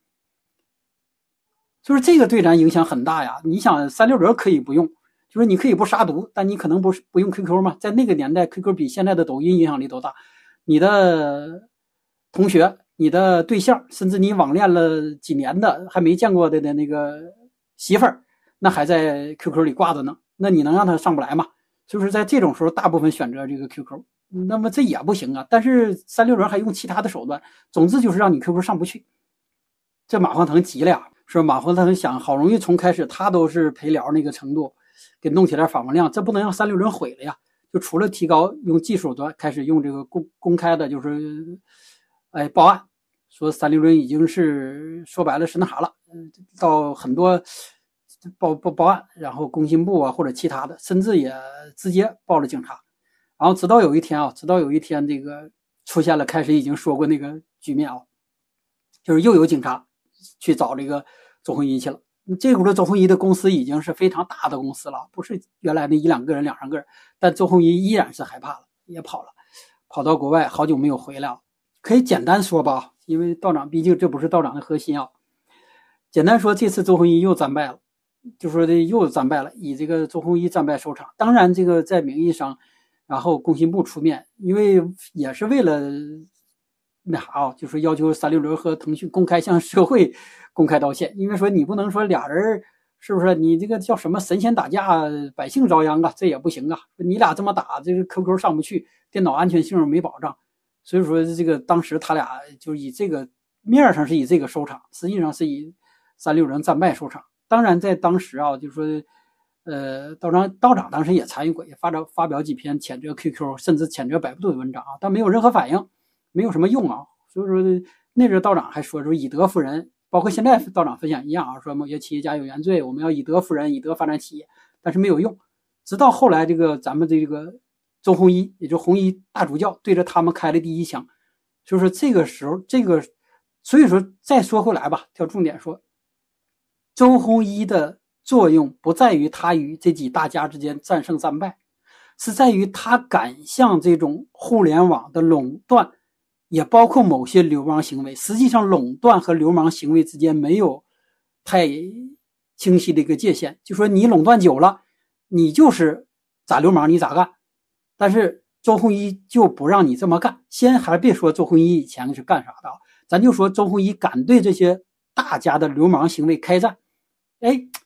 就是这个对咱影响很大呀。你想三六零可以不用，就是你可以不杀毒，但你可能不是不用 Q Q 嘛，在那个年代 Q Q 比现在的抖音影响力都大，你的同学、你的对象，甚至你网恋了几年的还没见过的的那个媳妇儿，那还在 Q Q 里挂着呢，那你能让他上不来吗？就是在这种时候大部分选择这个 Q Q， 那么这也不行啊。但是三六零还用其他的手段，总之就是让你 Q Q 上不去。这马化腾急了呀，说马化腾想好容易从开始他都是陪聊那个程度给弄起来访问量，这不能让三六零毁了呀。就除了提高用技术端，开始用这个公公开的就是哎报案，说三六零已经是说白了是那啥了，到很多报报报案，然后工信部啊或者其他的，甚至也直接报了警察。然后直到有一天啊，直到有一天这个出现了，开始已经说过那个局面啊，就是又有警察去找这个周鸿祎去了。这股的周鸿祎的公司已经是非常大的公司了，不是原来的一两个人、两三个人，但周鸿祎依然是害怕了，也跑了，跑到国外好久没有回来了。可以简单说吧，因为道长毕竟这不是道长的核心啊。简单说，这次周鸿祎又战败了，就说的又战败了，以这个周鸿祎战败收场。当然，这个在名义上，然后工信部出面，因为也是为了那啥啊，就是要求三六零和腾讯公开向社会公开道歉。因为说你不能说俩人是不是你这个叫什么神仙打架百姓遭殃啊，这也不行啊。你俩这么打，这个 Q Q 上不去，电脑安全性没保障。所以说这个当时他俩就以这个面上是以这个收场，实际上是以三六零战败收场。当然在当时啊，就是说呃道长道长当时也参与过，也发表发表几篇谴责 Q Q 甚至谴责百度的文章啊，但没有任何反应，没有什么用啊。所以说那阵道长还说说以德服人，包括现在道长分享一样啊，说某些企业家有原罪，我们要以德服人，以德发展企业，但是没有用。直到后来这个咱们这个周鸿祎，也就鸿祎大主教对着他们开了第一枪，就是这个时候这个，所以说再说回来吧，挑重点说，周鸿祎的作用不在于他与这几大家之间战胜战败，是在于他敢向这种互联网的垄断，也包括某些流氓行为。实际上垄断和流氓行为之间没有太清晰的一个界限，就说你垄断久了，你就是咋流氓你咋干。但是周鸿祎就不让你这么干。先还别说周鸿祎以前是干啥的，咱就说周鸿祎敢对这些大家的流氓行为开战，哎，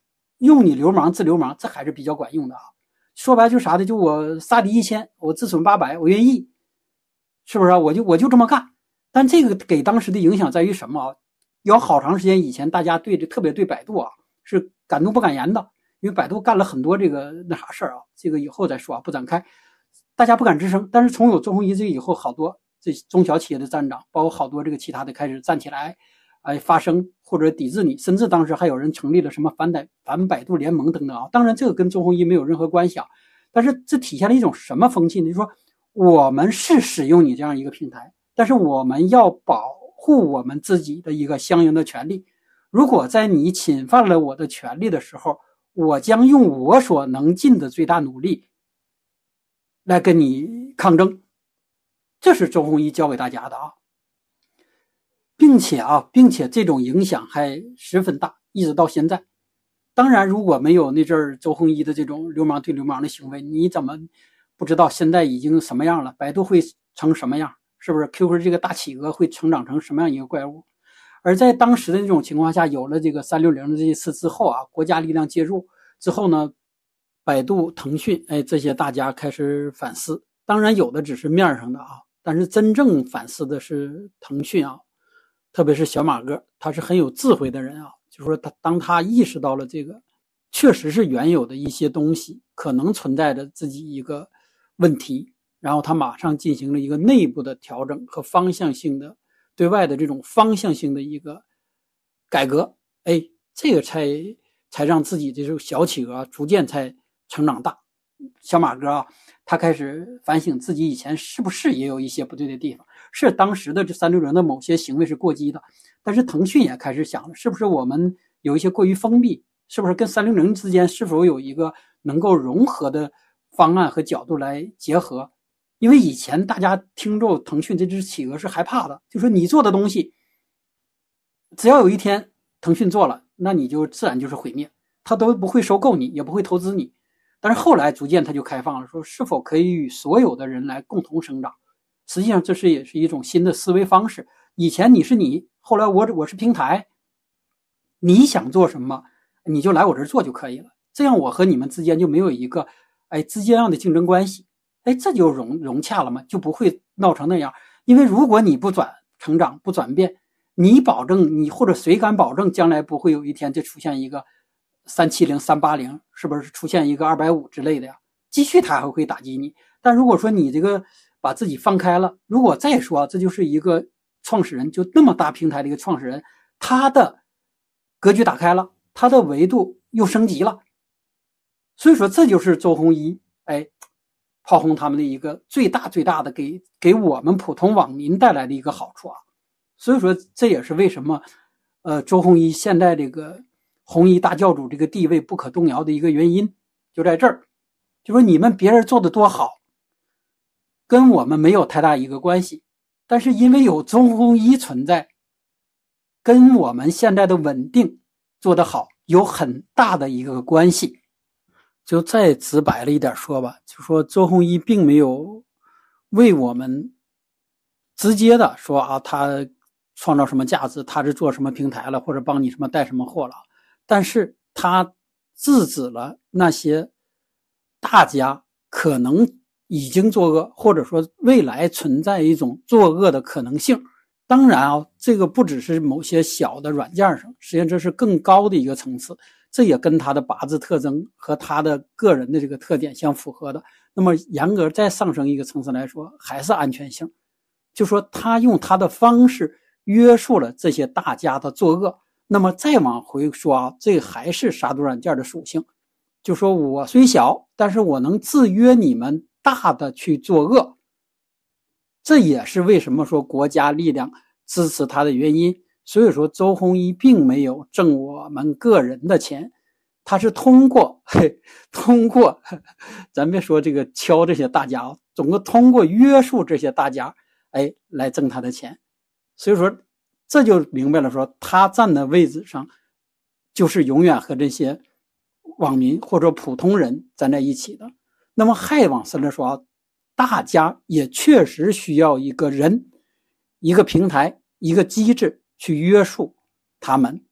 用你流氓治流氓，这还是比较管用的啊。说白就啥的，就我杀敌一千，我自损八百，我愿意，是不是啊？我就我就这么干。但这个给当时的影响在于什么啊？有好长时间以前，大家对这特别对百度啊是敢怒不敢言的，因为百度干了很多这个那啥事儿啊，这个以后再说啊，不展开。大家不敢吱声，但是从有周鸿祎这以后，好多这中小企业的站长，包括好多这个其他的开始站起来，哎发声或者抵制你，甚至当时还有人成立了什么反百反百度联盟等等啊。当然这个跟周鸿祎没有任何关系啊，但是这体现了一种什么风气呢？就是说我们是使用你这样一个平台，但是我们要保护我们自己的一个相应的权利。如果在你侵犯了我的权利的时候，我将用我所能尽的最大努力来跟你抗争。这是周鸿祎教给大家的啊，并且啊，并且这种影响还十分大，一直到现在。当然，如果没有那阵儿周鸿祎的这种流氓对流氓的行为，你怎么不知道现在已经什么样了？百度会成什么样？是不是 Q Q 这个大企鹅会成长成什么样一个怪物？而在当时的那种情况下，有了这个三六零的这一次之后啊，国家力量介入之后呢，百度、腾讯，哎，这些大家开始反思。当然，有的只是面上的啊，但是真正反思的是腾讯啊，特别是小马哥，他是很有智慧的人啊。就是说他当他意识到了这个确实是原有的一些东西可能存在着自己一个问题，然后他马上进行了一个内部的调整和方向性的对外的这种方向性的一个改革，哎，这个才才让自己这种小企鹅逐渐才成长大。小马哥啊，他开始反省自己以前是不是也有一些不对的地方，是当时的这三六零的某些行为是过激的，但是腾讯也开始想了，是不是我们有一些过于封闭，是不是跟三六零之间是否有一个能够融合的方案和角度来结合。因为以前大家听着腾讯这只企鹅是害怕的，就说你做的东西只要有一天腾讯做了，那你就自然就是毁灭，他都不会收购你，也不会投资你。但是后来逐渐他就开放了，说是否可以与所有的人来共同生长。实际上这是也是一种新的思维方式。以前你是你，后来我我是平台，你想做什么你就来我这儿做就可以了，这样我和你们之间就没有一个哎之间样的竞争关系，哎这就融融洽了嘛，就不会闹成那样。因为如果你不转成长不转变，你保证你或者谁敢保证将来不会有一天就出现一个三七零、三八零，是不是出现一个二百五之类的呀？继续他还会打击你。但如果说你这个把自己放开了，如果再说这就是一个创始人，就那么大平台的一个创始人，他的格局打开了，他的维度又升级了。所以说这就是周鸿祎哎炮轰他们的一个最大最大的给给我们普通网民带来的一个好处啊。所以说这也是为什么呃周鸿祎现在这个红衣大教主这个地位不可动摇的一个原因，就在这儿。就说你们别人做的多好，跟我们没有太大一个关系，但是因为有周鸿祎存在，跟我们现在的稳定做得好有很大的一个关系。就再直白了一点说吧，就说周鸿祎并没有为我们直接的说啊，他创造什么价值，他是做什么平台了，或者帮你什么带什么货了，但是他制止了那些大家可能已经作恶，或者说未来存在一种作恶的可能性。当然啊，这个不只是某些小的软件上，实际上这是更高的一个层次，这也跟他的八字特征和他的个人的这个特点相符合的。那么严格再上升一个层次来说，还是安全性，就说他用他的方式约束了这些大家的作恶。那么再往回说啊，这还是杀毒软件的属性，就说我虽小，但是我能制约你们大的去作恶。这也是为什么说国家力量支持他的原因。所以说周鸿祎并没有挣我们个人的钱，他是通过嘿通过咱别说这个敲这些大家，总共通过约束这些大家哎来挣他的钱。所以说这就明白了，说他站的位置上就是永远和这些网民或者普通人站在一起的。那么还往深了说啊，大家也确实需要一个人、一个平台、一个机制去约束他们，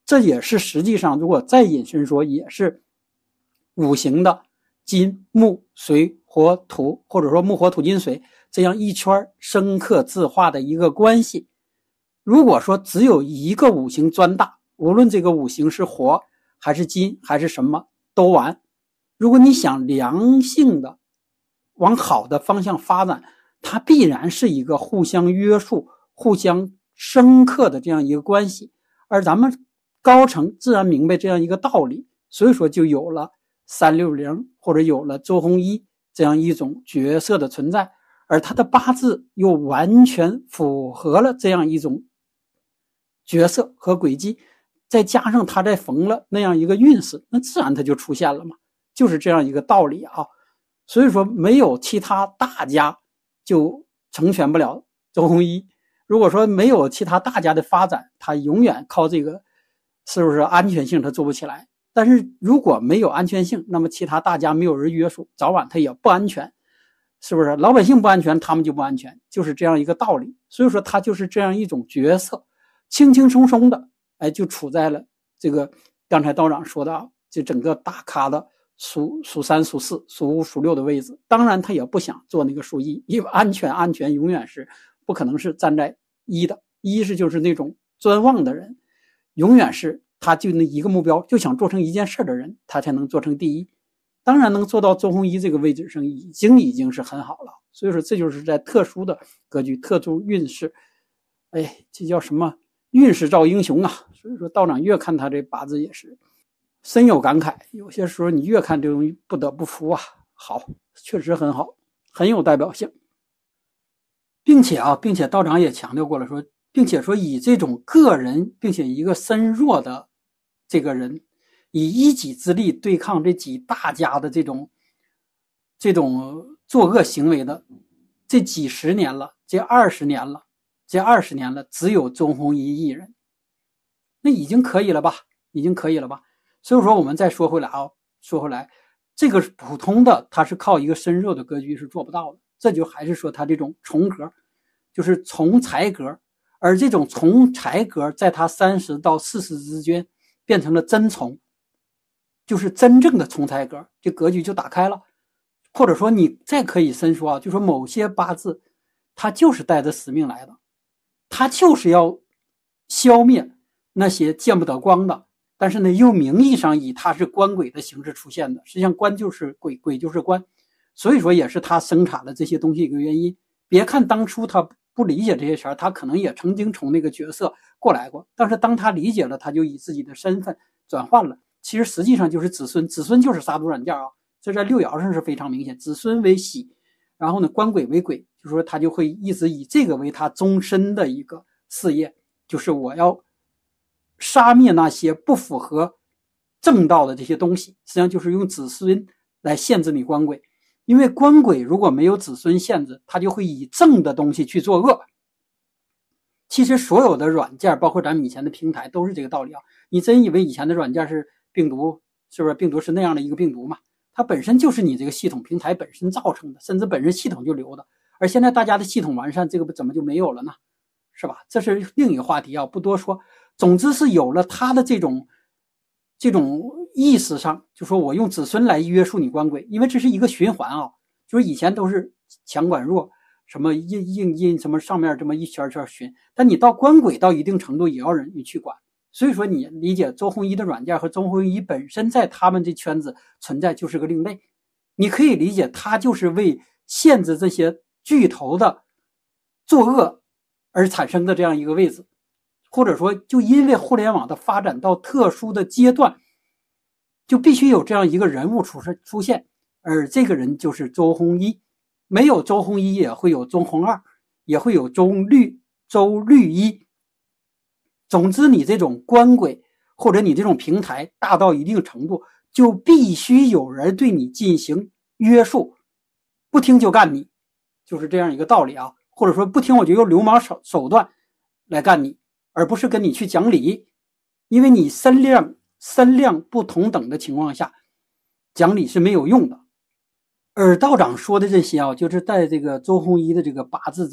这也是实际上如果再引申说，也是五行的金木水火土，或者说木火土金水这样一圈生克自化的一个关系。如果说只有一个五行专大，无论这个五行是火还是金还是什么都完。如果你想良性的往好的方向发展，它必然是一个互相约束互相深刻的这样一个关系，而咱们高层自然明白这样一个道理，所以说就有了三六零或者有了周鸿祎这样一种角色的存在，而他的八字又完全符合了这样一种角色和轨迹，再加上他再逢了那样一个运势，那自然他就出现了嘛，就是这样一个道理啊。所以说没有其他大家就成全不了周鸿祎，如果说没有其他大家的发展，他永远靠这个是不是安全性他做不起来。但是如果没有安全性，那么其他大家没有人约束，早晚他也不安全，是不是？老百姓不安全，他们就不安全，就是这样一个道理。所以说他就是这样一种角色，轻轻松松的哎，就处在了这个刚才道长说的啊，这整个大咖的数数三数四数五数六的位置。当然他也不想做那个数一，因为安全安全永远是不可能是站在一的，一是就是那种专望的人，永远是他就那一个目标，就想做成一件事的人，他才能做成第一。当然能做到周鸿祎这个位置上已经已经是很好了。所以说这就是在特殊的格局特殊运势，哎，这叫什么运势造英雄啊。所以说道长越看他这八字也是深有感慨，有些时候你越看这东西不得不服啊。好，确实很好，很有代表性。并且啊，并且道长也强调过了，说并且说以这种个人并且一个身弱的这个人，以一己之力对抗这几大家的这种这种作恶行为的这几十年了，这二十年了，这二十年了，只有周鸿祎一人，那已经可以了吧？已经可以了吧？所以说我们再说回来啊，说回来，这个普通的他是靠一个身弱的格局是做不到的。这就还是说他这种重格，就是从财格，而这种从财格在他三十到四十之间变成了真从，就是真正的从财格，这格局就打开了。或者说你再可以深说啊，就说某些八字他就是带着使命来的，他就是要消灭那些见不得光的，但是呢又名义上以他是官鬼的形式出现的，实际上官就是鬼，鬼就是官。所以说也是他生产了这些东西一个原因。别看当初他不理解这些事儿，他可能也曾经从那个角色过来过，但是当他理解了，他就以自己的身份转换了。其实实际上就是子孙，子孙就是杀毒软件啊，这在六爻上是非常明显，子孙为喜，然后呢官鬼为鬼，就是说他就会一直以这个为他终身的一个事业，就是我要杀灭那些不符合正道的这些东西，实际上就是用子孙来限制你官鬼。因为官鬼如果没有子孙限制，他就会以正的东西去作恶。其实所有的软件，包括咱们以前的平台，都是这个道理啊。你真以为以前的软件是病毒，是不是病毒是那样的一个病毒嘛？它本身就是你这个系统平台本身造成的，甚至本身系统就留的。而现在大家的系统完善，这个怎么就没有了呢？是吧？这是另一个话题啊，不多说。总之是有了它的这种这种意识上，就说我用子孙来约束你官鬼，因为这是一个循环啊。就是以前都是强管弱，什么印印印什么上面这么一圈圈循，但你到官鬼到一定程度也要人去管。所以说你理解周鸿祎的软件和周鸿祎本身在他们这圈子存在就是个另类，你可以理解他就是为限制这些巨头的作恶而产生的这样一个位置，或者说就因为互联网的发展到特殊的阶段，就必须有这样一个人物出出现，而这个人就是周鸿祎。没有周鸿祎也会有周鸿二，也会有周绿周绿一。总之你这种官鬼或者你这种平台大到一定程度，就必须有人对你进行约束，不听就干你，就是这样一个道理啊。或者说不听我就用流氓手手段来干你，而不是跟你去讲理。因为你身量身量不同等的情况下，讲理是没有用的。而道长说的这些啊，就是在这个周鸿祎的这个八字中啊，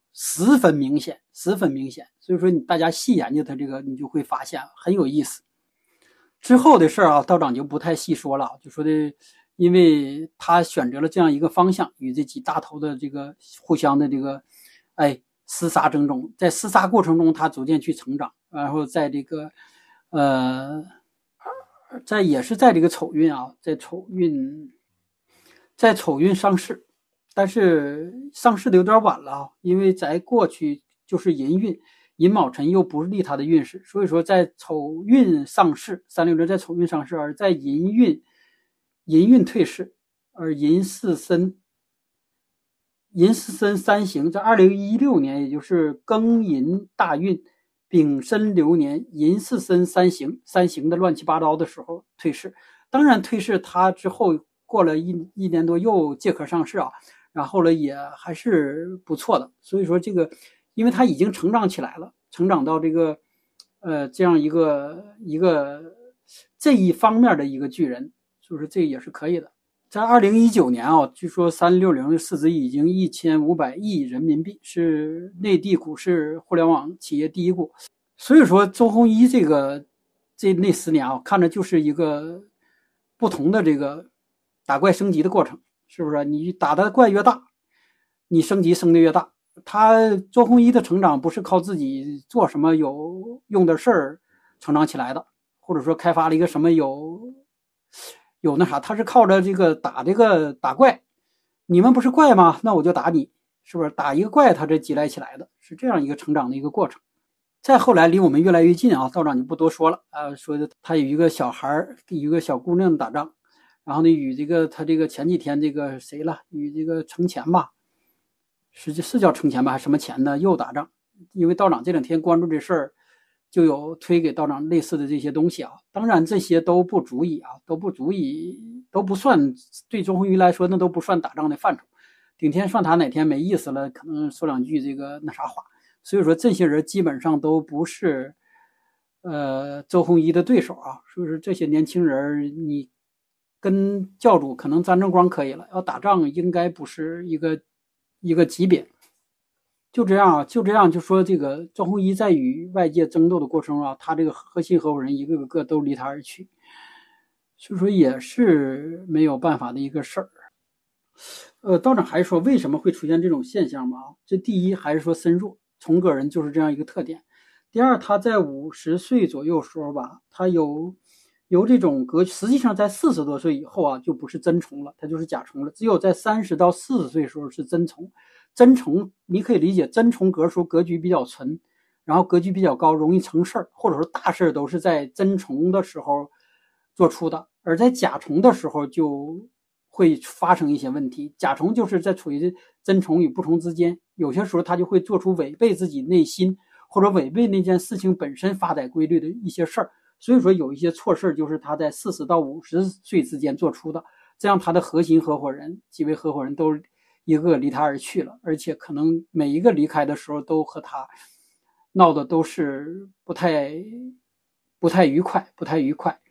十分明显，十分明显。所以说你大家细研究它这个，你就会发现很有意思。之后的事啊，道长就不太细说了，就说的，因为他选择了这样一个方向，与这几大头的这个互相的这个，哎，厮杀争中，在厮杀过程中，他逐渐去成长，然后在这个，呃，在也是在这个丑运啊，在丑运，在丑运上市，但是上市的有点晚了啊，因为在过去就是寅运。寅卯辰又不利他的运势，所以说在丑运上市，三六零在丑运上市，而在寅运，寅运退市，而寅巳申，寅巳申三行，在二零一六年，也就是庚寅大运，丙申流年，寅巳申三行，三行的乱七八糟的时候退市。当然退市，他之后过了一一年多又借壳上市啊，然后呢也还是不错的，所以说这个。因为他已经成长起来了，成长到这个，呃，这样一个一个这一方面的一个巨人，所以说这也是可以的。在二零一九年啊，据说三六零的市值已经一千五百亿人民币，是内地股市互联网企业第一股。所以说周鸿祎这个这那十年啊，看着就是一个不同的这个打怪升级的过程，是不是？你打的怪越大，你升级升的越大。他周鸿祎的成长不是靠自己做什么有用的事儿成长起来的，或者说开发了一个什么有有那啥，他是靠着这个打这个打怪，你们不是怪吗？那我就打你，是不是？打一个怪，他这积累起来的，是这样一个成长的一个过程。再后来离我们越来越近啊，道长就不多说了啊，说的他有一个小孩有一个小姑娘打仗，然后呢与这个他这个前几天这个谁了，与这个程前吧。是是叫程前吧，还是什么前呢？又打仗，因为道长这两天关注这事儿，就有推给道长类似的这些东西啊。当然这些都不足以啊，都不足以，都不算对周鸿祎来说，那都不算打仗的范畴。顶天算他哪天没意思了，可能说两句这个那啥话。所以说这些人基本上都不是，呃，周鸿祎的对手啊。所以说这些年轻人，你跟教主可能沾沾光可以了，要打仗应该不是一个。一个级别，就这样，就这样，就说这个周鸿祎在与外界争斗的过程中啊，他这个核心合伙人一个个都离他而去，所以说也是没有办法的一个事儿。呃，道长还是说为什么会出现这种现象嘛？这第一还是说身弱，从个人就是这样一个特点。第二，他在五十岁左右时候吧，他有由这种格，实际上在四十多岁以后啊，就不是真虫了，它就是甲虫了。只有在三十到四十岁的时候是真虫。真虫你可以理解，真虫格数格局比较纯，然后格局比较高，容易成事儿，或者说大事都是在真虫的时候做出的。而在甲虫的时候就会发生一些问题。甲虫就是在处于真虫与不虫之间，有些时候它就会做出违背自己内心或者违背那件事情本身发展规律的一些事儿。所以说有一些错事就是他在四十到五十岁之间做出的，这样他的核心合伙人几位合伙人都一个个离他而去了，而且可能每一个离开的时候都和他闹的都是不太不太愉快不太愉快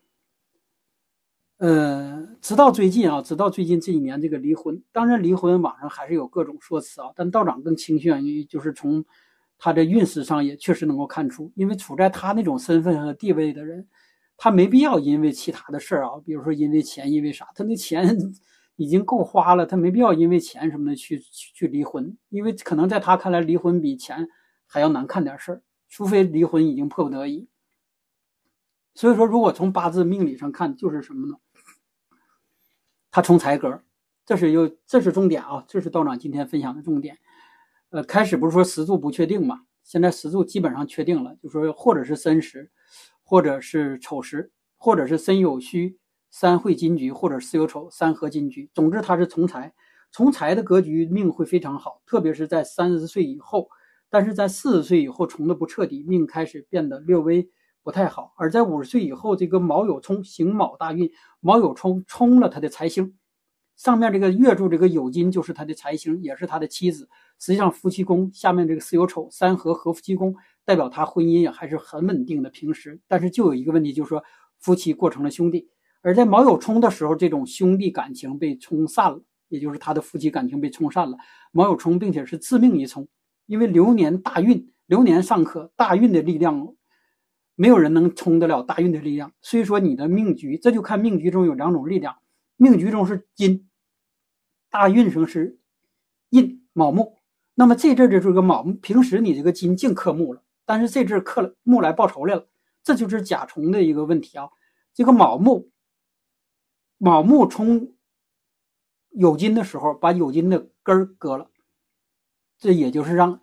呃，直到最近啊，直到最近这一年这个离婚，当然离婚网上还是有各种说辞啊，但道长更倾向于就是从他的运势上也确实能够看出，因为处在他那种身份和地位的人，他没必要因为其他的事儿啊，比如说因为钱，因为啥，他那钱已经够花了，他没必要因为钱什么的去去去离婚，因为可能在他看来，离婚比钱还要难看点事儿，除非离婚已经迫不得已。所以说，如果从八字命理上看，就是什么呢？他冲财格，这是有这是重点啊，这是道长今天分享的重点。呃，开始不是说时柱不确定嘛，现在时柱基本上确定了，就说或者是申时，或者是丑时，或者是申酉戌三会金局，或者巳酉丑三合金局。总之，它是从财，从财的格局命会非常好，特别是在三十岁以后。但是在四十岁以后，冲的不彻底，命开始变得略微不太好。而在五十岁以后，这个卯酉冲行卯大运，卯酉冲冲了他的财星。上面这个月柱这个酉金就是他的财星，也是他的妻子。实际上夫妻宫下面这个巳酉丑三合合夫妻宫，代表他婚姻也还是很稳定的平时。但是就有一个问题，就是说夫妻过成了兄弟。而在卯酉冲的时候，这种兄弟感情被冲散了，也就是他的夫妻感情被冲散了。卯酉冲并且是致命一冲， 因为流年大运，流年上克，大运的力量没有人能冲得了大运的力量。所以说你的命局，这就看命局中有两种力量，命局中是金，大运上是印卯木。那么这阵的这个卯木，平时你这个金净克木了，但是这阵克了木来报仇来了，这就是甲虫的一个问题啊。这个卯木，卯木冲酉金的时候，把酉金的根割了，这也就是让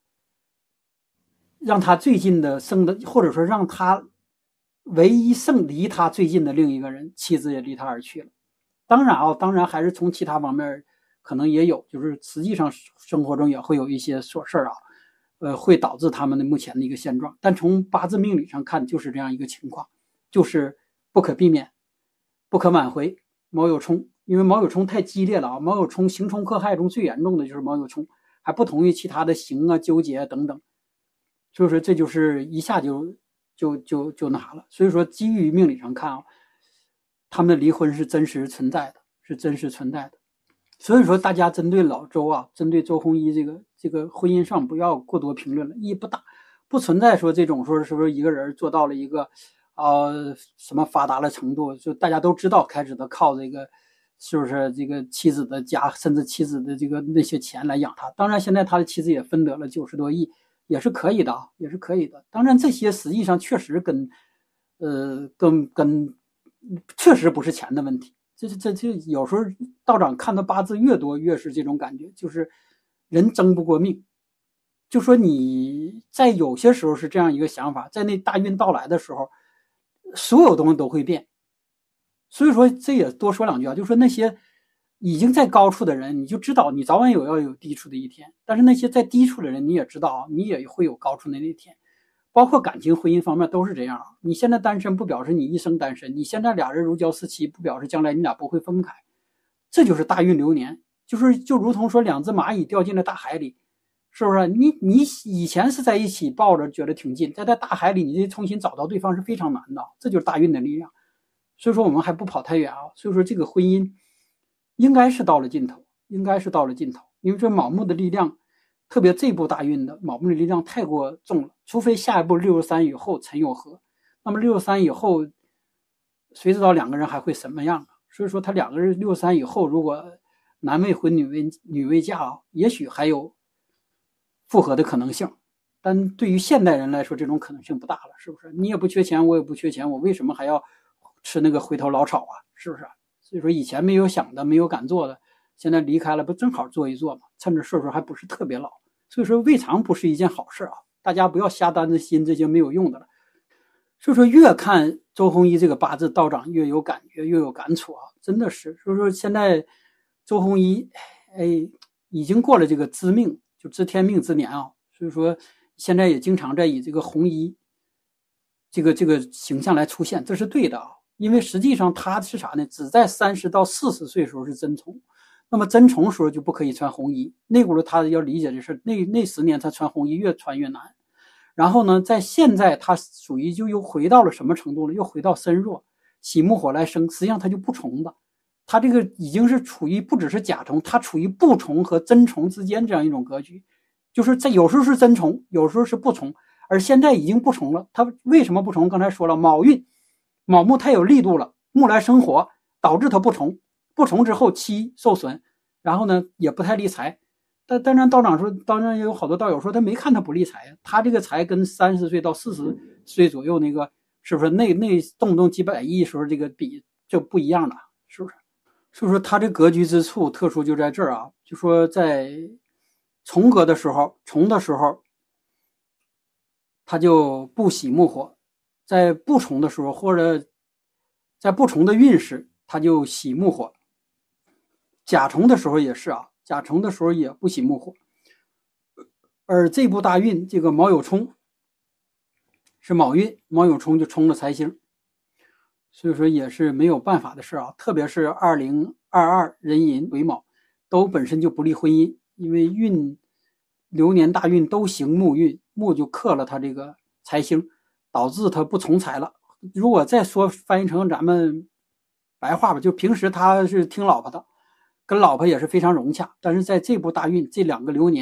让他最近的生的，或者说让他唯一剩离他最近的另一个人，妻子也离他而去了。当然啊，当然还是从其他方面可能也有，就是实际上生活中也会有一些琐事啊，呃，会导致他们的目前的一个现状。但从八字命理上看，就是这样一个情况，就是不可避免，不可挽回。卯酉冲，因为卯酉冲太激烈了啊，卯酉冲刑冲克害中最严重的就是卯酉冲，还不同于其他的刑啊、纠结啊等等。所以说这就是一下就就就就那啥了。所以说基于命理上看啊，他们的离婚是真实存在的，是真实存在的。所以说大家针对老周啊，针对周鸿祎这个这个婚姻上不要过多评论了，意义不大，不存在说这种说是不是一个人做到了一个呃什么发达的程度，就大家都知道开始的靠这个是不是这个妻子的家，甚至妻子的这个那些钱来养他。当然现在他的妻子也分得了九十多亿，也是可以的啊，也是可以的。当然这些实际上确实跟呃跟跟确实不是钱的问题。这这这有时候道长看的八字越多，越是这种感觉，就是人争不过命。就说你在有些时候是这样一个想法，在那大运到来的时候，所有东西都会变。所以说这也多说两句啊，就说那些已经在高处的人，你就知道你早晚有要有低处的一天。但是那些在低处的人，你也知道啊，你也会有高处的那一天。包括感情婚姻方面都是这样啊。你现在单身不表示你一生单身，你现在俩人如胶似漆不表示将来你俩不会分开。这就是大运流年，就是就如同说两只蚂蚁掉进了大海里，是不是？你你以前是在一起抱着觉得挺近，在在大海里你重新找到对方是非常难的，这就是大运的力量。所以说我们还不跑太远啊。所以说这个婚姻应该是到了尽头，应该是到了尽头，因为这卯木的力量，特别这部大运的卯木的力量太过重了，除非下一步六十三以后辰酉合，那么六十三以后谁知道两个人还会什么样啊？所以说他两个人六十三以后，如果男未婚女未女未嫁，也许还有复合的可能性，但对于现代人来说，这种可能性不大了，是不是？你也不缺钱，我也不缺钱，我为什么还要吃那个回头老草啊？是不是？所以说以前没有想的，没有敢做的，现在离开了，不正好做一做嘛？趁着岁数还不是特别老，所以说未尝不是一件好事啊！大家不要瞎担着心这些没有用的了。所以说越看周鸿祎这个八字，道长越有感觉，越有感触啊！真的是，所以说现在周鸿祎，哎，已经过了这个知命，就知天命之年啊。所以说现在也经常在以这个红衣这个这个形象来出现，这是对的啊。因为实际上他是啥呢？只在三十到四十岁的时候是真虫，那么真虫时候就不可以穿红衣。那轱辘他要理解的是，那那十年他穿红衣越穿越难。然后呢，在现在他属于就又回到了什么程度了？又回到身弱，喜木火来生，实际上他就不虫的。他这个已经是处于不只是甲虫，他处于不虫和真虫之间这样一种格局，就是在有时候是真虫，有时候是不虫，而现在已经不虫了。他为什么不虫？刚才说了，卯运。卯木太有力度了，木来生火，导致它不冲，不冲之后妻受损，然后呢也不太利财。但当然道长说，当然也有好多道友说他没看他不利财，他这个财跟三十岁到四十岁左右那个是不是那那动不动几百亿时候这个比就不一样了，是不是？所以说他这格局之处特殊就在这儿啊，就说在重格的时候，重的时候他就不喜木火。在不重的时候，或者在不重的运势，他就喜木火。甲重的时候也是啊，甲重的时候也不喜木火。而这部大运，这个卯酉冲是卯运，卯酉冲就冲了财星，所以说也是没有办法的事啊。特别是二零二二壬寅癸卯，都本身就不利婚姻，因为运流年大运都行木运，木就克了他这个财星。导致他不从财了。如果再说翻译成咱们白话吧，就平时他是听老婆的，跟老婆也是非常融洽，但是在这部大运这两个流年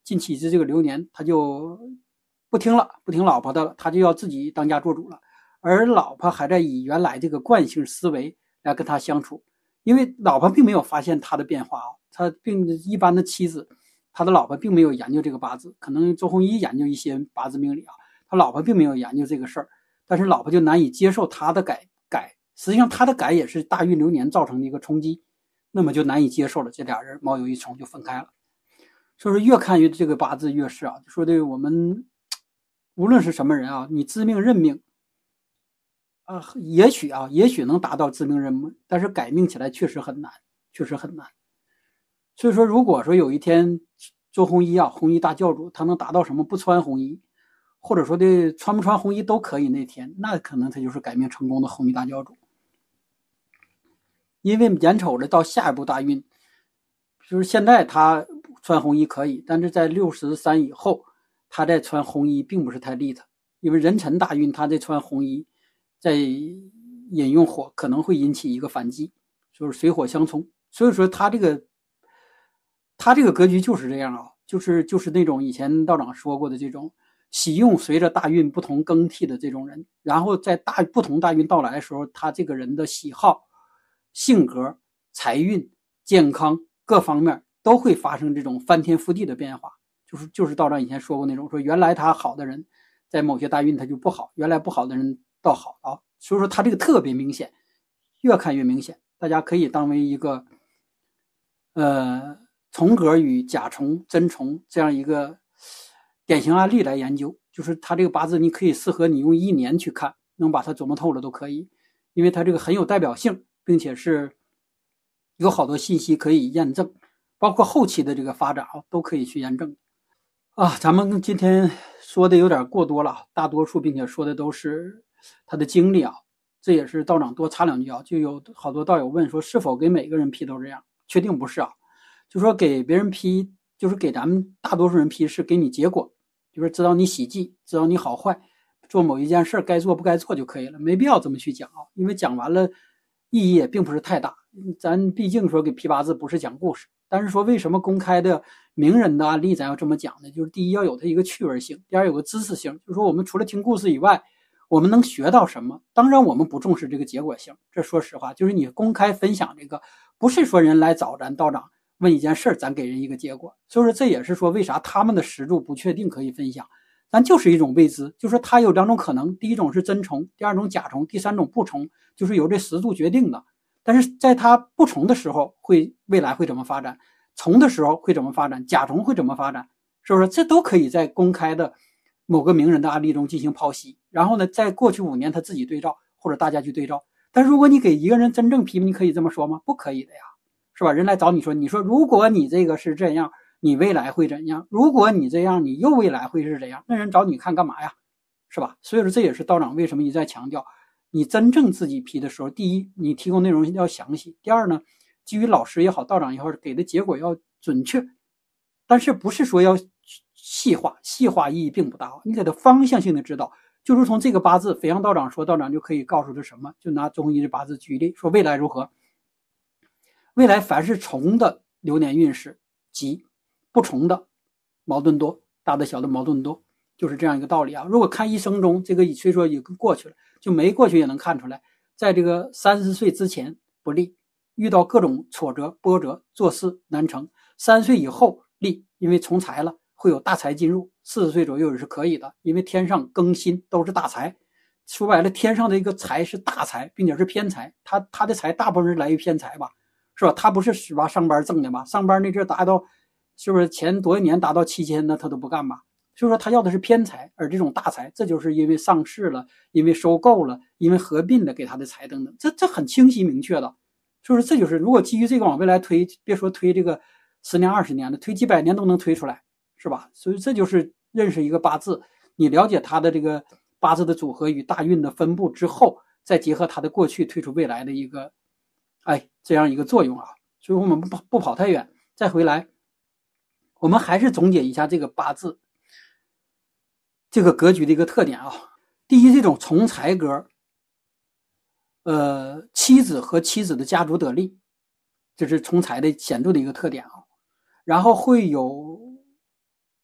近期的这个流年，他就不听了，不听老婆的了，他就要自己当家做主了。而老婆还在以原来这个惯性思维来跟他相处，因为老婆并没有发现他的变化啊，他并一般的妻子，他的老婆并没有研究这个八字，可能周鸿祎研究一些八字命理啊，他老婆并没有研究这个事儿，但是老婆就难以接受他的改改，实际上他的改也是大运流年造成的一个冲击，那么就难以接受了，这俩人毛有一冲就分开了。所以说越看越这个八字越是啊，就说对我们无论是什么人啊，你知命认命啊，也许啊，也许能达到知命认命，但是改命起来确实很难，确实很难。所以说，如果说有一天周鸿祎啊，红衣大教主，他能达到什么不穿红衣，或者说的穿不穿红衣都可以那天，那可能他就是改命成功的红衣大教主。因为眼瞅着到下一步大运，就是现在他穿红衣可以，但是在六十三以后，他再穿红衣并不是太利他，因为壬辰大运他再穿红衣，在引用火可能会引起一个反击，就是水火相冲。所以说他这个他这个格局就是这样啊，就是就是那种以前道长说过的这种喜用随着大运不同更替的这种人，然后在大不同大运到来的时候，他这个人的喜好、性格、财运、健康各方面都会发生这种翻天覆地的变化。就是就是道长以前说过那种，说原来他好的人，在某些大运他就不好，原来不好的人倒好啊。所以说他这个特别明显，越看越明显。大家可以当为一个呃重格与甲重、真重这样一个典型案例来研究。就是他这个八字，你可以适合你用一年去看，能把它琢磨透了都可以，因为它这个很有代表性，并且是有好多信息可以验证，包括后期的这个发展啊，都可以去验证。啊，咱们今天说的有点过多了，大多数并且说的都是他的经历啊，这也是道长多插两句啊。就有好多道友问说，是否给每个人批都这样？确定不是啊，就说给别人批，就是给咱们大多数人批是给你结果，就是知道你喜忌，知道你好坏，做某一件事该做不该做就可以了，没必要这么去讲啊，因为讲完了意义也并不是太大。咱毕竟说给批八字不是讲故事，但是说为什么公开的名人的案例咱要这么讲呢？就是第一要有它一个趣味性，第二有个知识性，就是说我们除了听故事以外，我们能学到什么？当然我们不重视这个结果性，这说实话，就是你公开分享这个，不是说人来找咱道长问一件事，咱给人一个结果。所以说这也是说为啥他们的实柱不确定可以分享，咱就是一种未知，就是说它有两种可能，第一种是真重，第二种假重，第三种不重，就是由这实柱决定的。但是在它不重的时候，会未来会怎么发展？重的时候会怎么发展？甲重会怎么发展？是不是？这都可以在公开的某个名人的案例中进行剖析。然后呢，在过去五年他自己对照，或者大家去对照。但如果你给一个人真正批，你可以这么说吗？不可以的呀，是吧？人来找你说，你说如果你这个是这样，你未来会怎样？如果你这样，你又未来会是怎样？那人找你看干嘛呀？是吧？所以说这也是道长为什么一再强调。你真正自己批的时候，第一，你提供内容要详细；第二呢，基于老师也好，道长也好，给的结果要准确。但是不是说要细化，细化意义并不大。你给他方向性的指导，就如同这个八字，飞扬道长说，道长就可以告诉他什么，就拿周鸿祎的八字举例，说未来如何。未来凡是重的流年运势吉，不重的矛盾多，大的小的矛盾多。就是这样一个道理啊！如果看一生中这个虽说也过去了，就没过去也能看出来，在这个三十岁之前不利，遇到各种挫折波折，做事难成。三十岁以后利，因为从财了，会有大财进入。四十岁左右也是可以的，因为天上更新都是大财。说白了，天上的一个财是大财，并且是偏财。他他的财大部分是来于偏财吧，是吧？他不是是吧上班挣的吧？上班那阵达到，是不是前多少年达到七千，那他都不干吧？所以说他要的是偏财，而这种大财，这就是因为上市了，因为收购了，因为合并了给他的财等等，这这很清晰明确的。所以说这就是如果基于这个往未来推，别说推这个十年二十年的，推几百年都能推出来，是吧？所以这就是认识一个八字，你了解他的这个八字的组合与大运的分布之后，再结合他的过去推出未来的一个，哎，这样一个作用啊。所以我们不不跑太远，再回来，我们还是总结一下这个八字。这个格局的一个特点啊，第一，这种从财格，呃，妻子和妻子的家族得利，这是从财的显著的一个特点啊。然后会有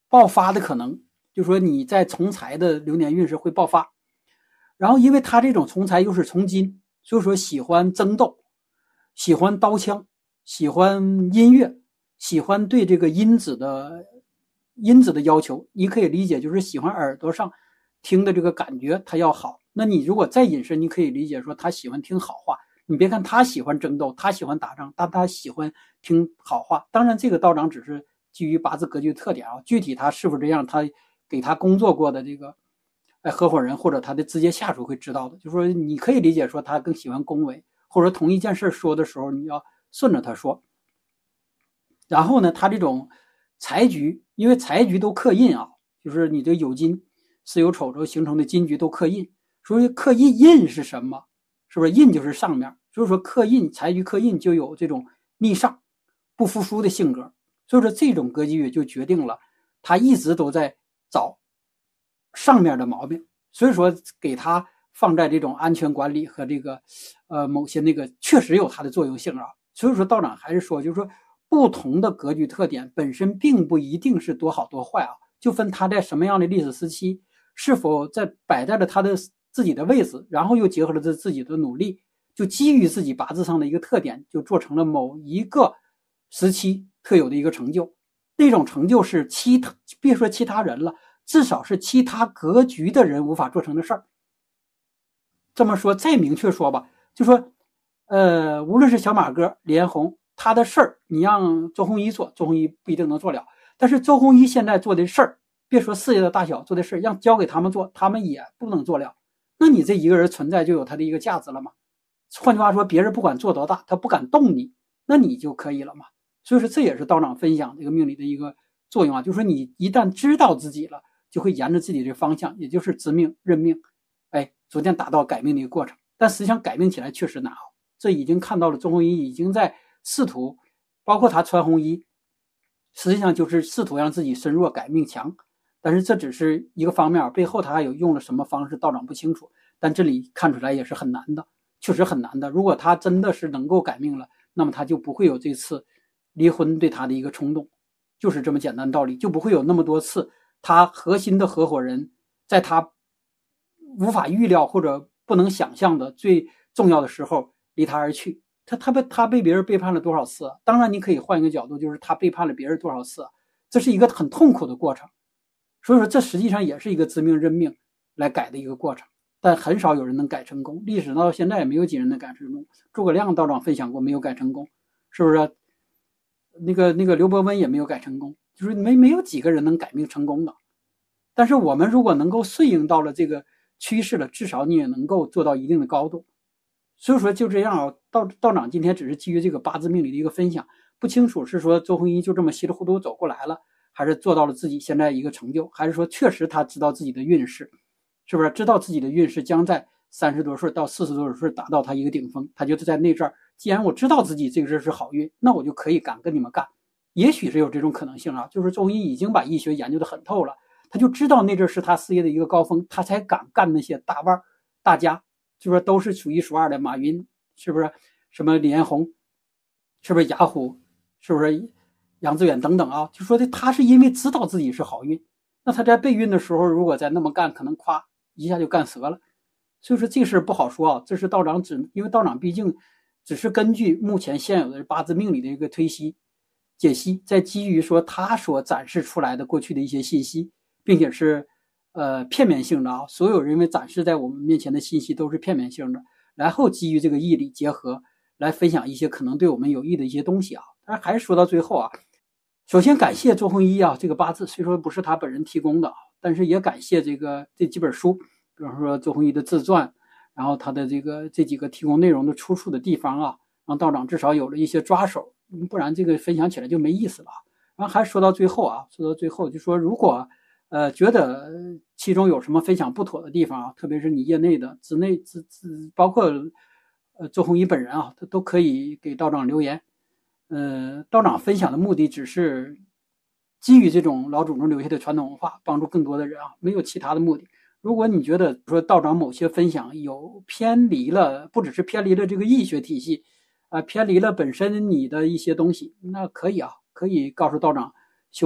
爆发的可能，就说你在从财的流年运势会爆发。然后因为他这种从财又是从金，所以说喜欢争斗，喜欢刀枪，喜欢音乐，喜欢对这个音质的音质的要求，你可以理解就是喜欢耳朵上听的这个感觉它要好。那你如果再引申，你可以理解说他喜欢听好话。你别看他喜欢争斗，他喜欢打仗，但他喜欢听好话。当然这个道长只是基于八字格局特点啊，具体他是否这样，他给他工作过的这个合伙人或者他的直接下属会知道的。就是说你可以理解说他更喜欢恭维，或者同一件事说的时候你要顺着他说。然后呢，他这种财局，因为财局都克印啊，就是你的酉金巳酉丑周形成的金局都克印。所以克印印是什么？是不是印就是上面？所以说克印财局克印就有这种逆上不服输的性格。所以说这种格局就决定了他一直都在找上面的毛病，所以说给他放在这种安全管理和这个呃某些那个确实有它的作用性啊。所以说道长还是说，就是说不同的格局特点本身并不一定是多好多坏啊，就分他在什么样的历史时期，是否在摆在了他的自己的位置，然后又结合了自己的努力，就基于自己八字上的一个特点，就做成了某一个时期特有的一个成就。那种成就是其他别说其他人了，至少是其他格局的人无法做成的事儿。这么说再明确说吧，就说呃，无论是小马哥、李彦宏，他的事儿你让周鸿祎做，周鸿祎不一定能做了。但是周鸿祎现在做的事儿，别说事业的大小，做的事儿让交给他们做，他们也不能做了。那你这一个人存在就有他的一个价值了吗？换句话说，别人不管做多大，他不敢动你，那你就可以了嘛。所以说这也是道长分享这个命理的一个作用啊，就是说你一旦知道自己了，就会沿着自己的方向，也就是知命认命，哎，逐渐达到改命的一个过程。但实际上改命起来确实难啊，这已经看到了周鸿祎已经在试图，包括他穿红衣，实际上就是试图让自己身弱改命强。但是这只是一个方面，背后他还有用了什么方式，道长不清楚。但这里看出来也是很难的，确实很难的。如果他真的是能够改命了，那么他就不会有这次离婚对他的一个冲动，就是这么简单的道理，就不会有那么多次他核心的合伙人在他无法预料或者不能想象的最重要的时候离他而去。他他被他被别人背叛了多少次啊？当然你可以换一个角度，就是他背叛了别人多少次啊？这是一个很痛苦的过程。所以说这实际上也是一个知命认命来改的一个过程，但很少有人能改成功，历史到现在也没有几人能改成功。诸葛亮道长分享过没有改成功，是不是？那个那个刘伯温也没有改成功，就是没没有几个人能改命成功的。但是我们如果能够顺应到了这个趋势了，至少你也能够做到一定的高度。所以说就这样啊，道道长今天只是基于这个八字命理的一个分享，不清楚是说周鸿祎就这么稀里糊涂走过来了，还是做到了自己现在一个成就，还是说确实他知道自己的运势，是不是知道自己的运势将在三十多岁到四十多岁达到他一个顶峰，他就在那阵儿，既然我知道自己这个事是好运，那我就可以敢跟你们干。也许是有这种可能性啊，就是周鸿祎已经把医学研究得很透了，他就知道那阵是他事业的一个高峰，他才敢干那些大腕大家，就是说都是数一数二的，马云是不是，什么李彦宏，是不是雅虎，是不是杨致远等等啊，就说的他是因为知道自己是好运，那他在备孕的时候如果再那么干，可能夸一下就干折了。所以说这事不好说啊，这是道长只因为道长毕竟只是根据目前现有的八字命理的一个推析解析，在基于说他所展示出来的过去的一些信息，并且是呃片面性的啊，所有人为展示在我们面前的信息都是片面性的，然后基于这个义理结合来分享一些可能对我们有益的一些东西啊。但是还是说到最后啊，首先感谢周鸿祎啊，这个八字虽说不是他本人提供的，但是也感谢这个这几本书，比方说周鸿祎的自传，然后他的这个这几个提供内容的出处的地方啊，让道长至少有了一些抓手，不然这个分享起来就没意思了。然后还说到最后啊，说到最后就说如果呃觉得其中有什么分享不妥的地方啊，特别是你业内的之内之之包括呃周鸿祎本人啊，他都可以给道长留言。呃，道长分享的目的只是基于这种老祖宗留下的传统文化，帮助更多的人啊，没有其他的目的。如果你觉得说道长某些分享有偏离了，不只是偏离了这个易学体系啊，偏离了本身你的一些东西，那可以啊，可以告诉道长修改，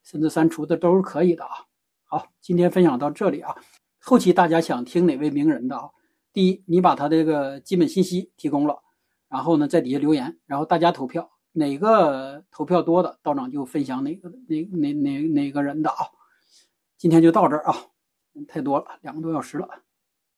甚至删除的都是可以的啊。好，今天分享到这里啊。后期大家想听哪位名人的啊？第一，你把他这个基本信息提供了，然后呢在底下留言，然后大家投票，哪个投票多的道长就分享哪个哪哪哪哪个人的啊。今天就到这儿啊，太多了，两个多小时了。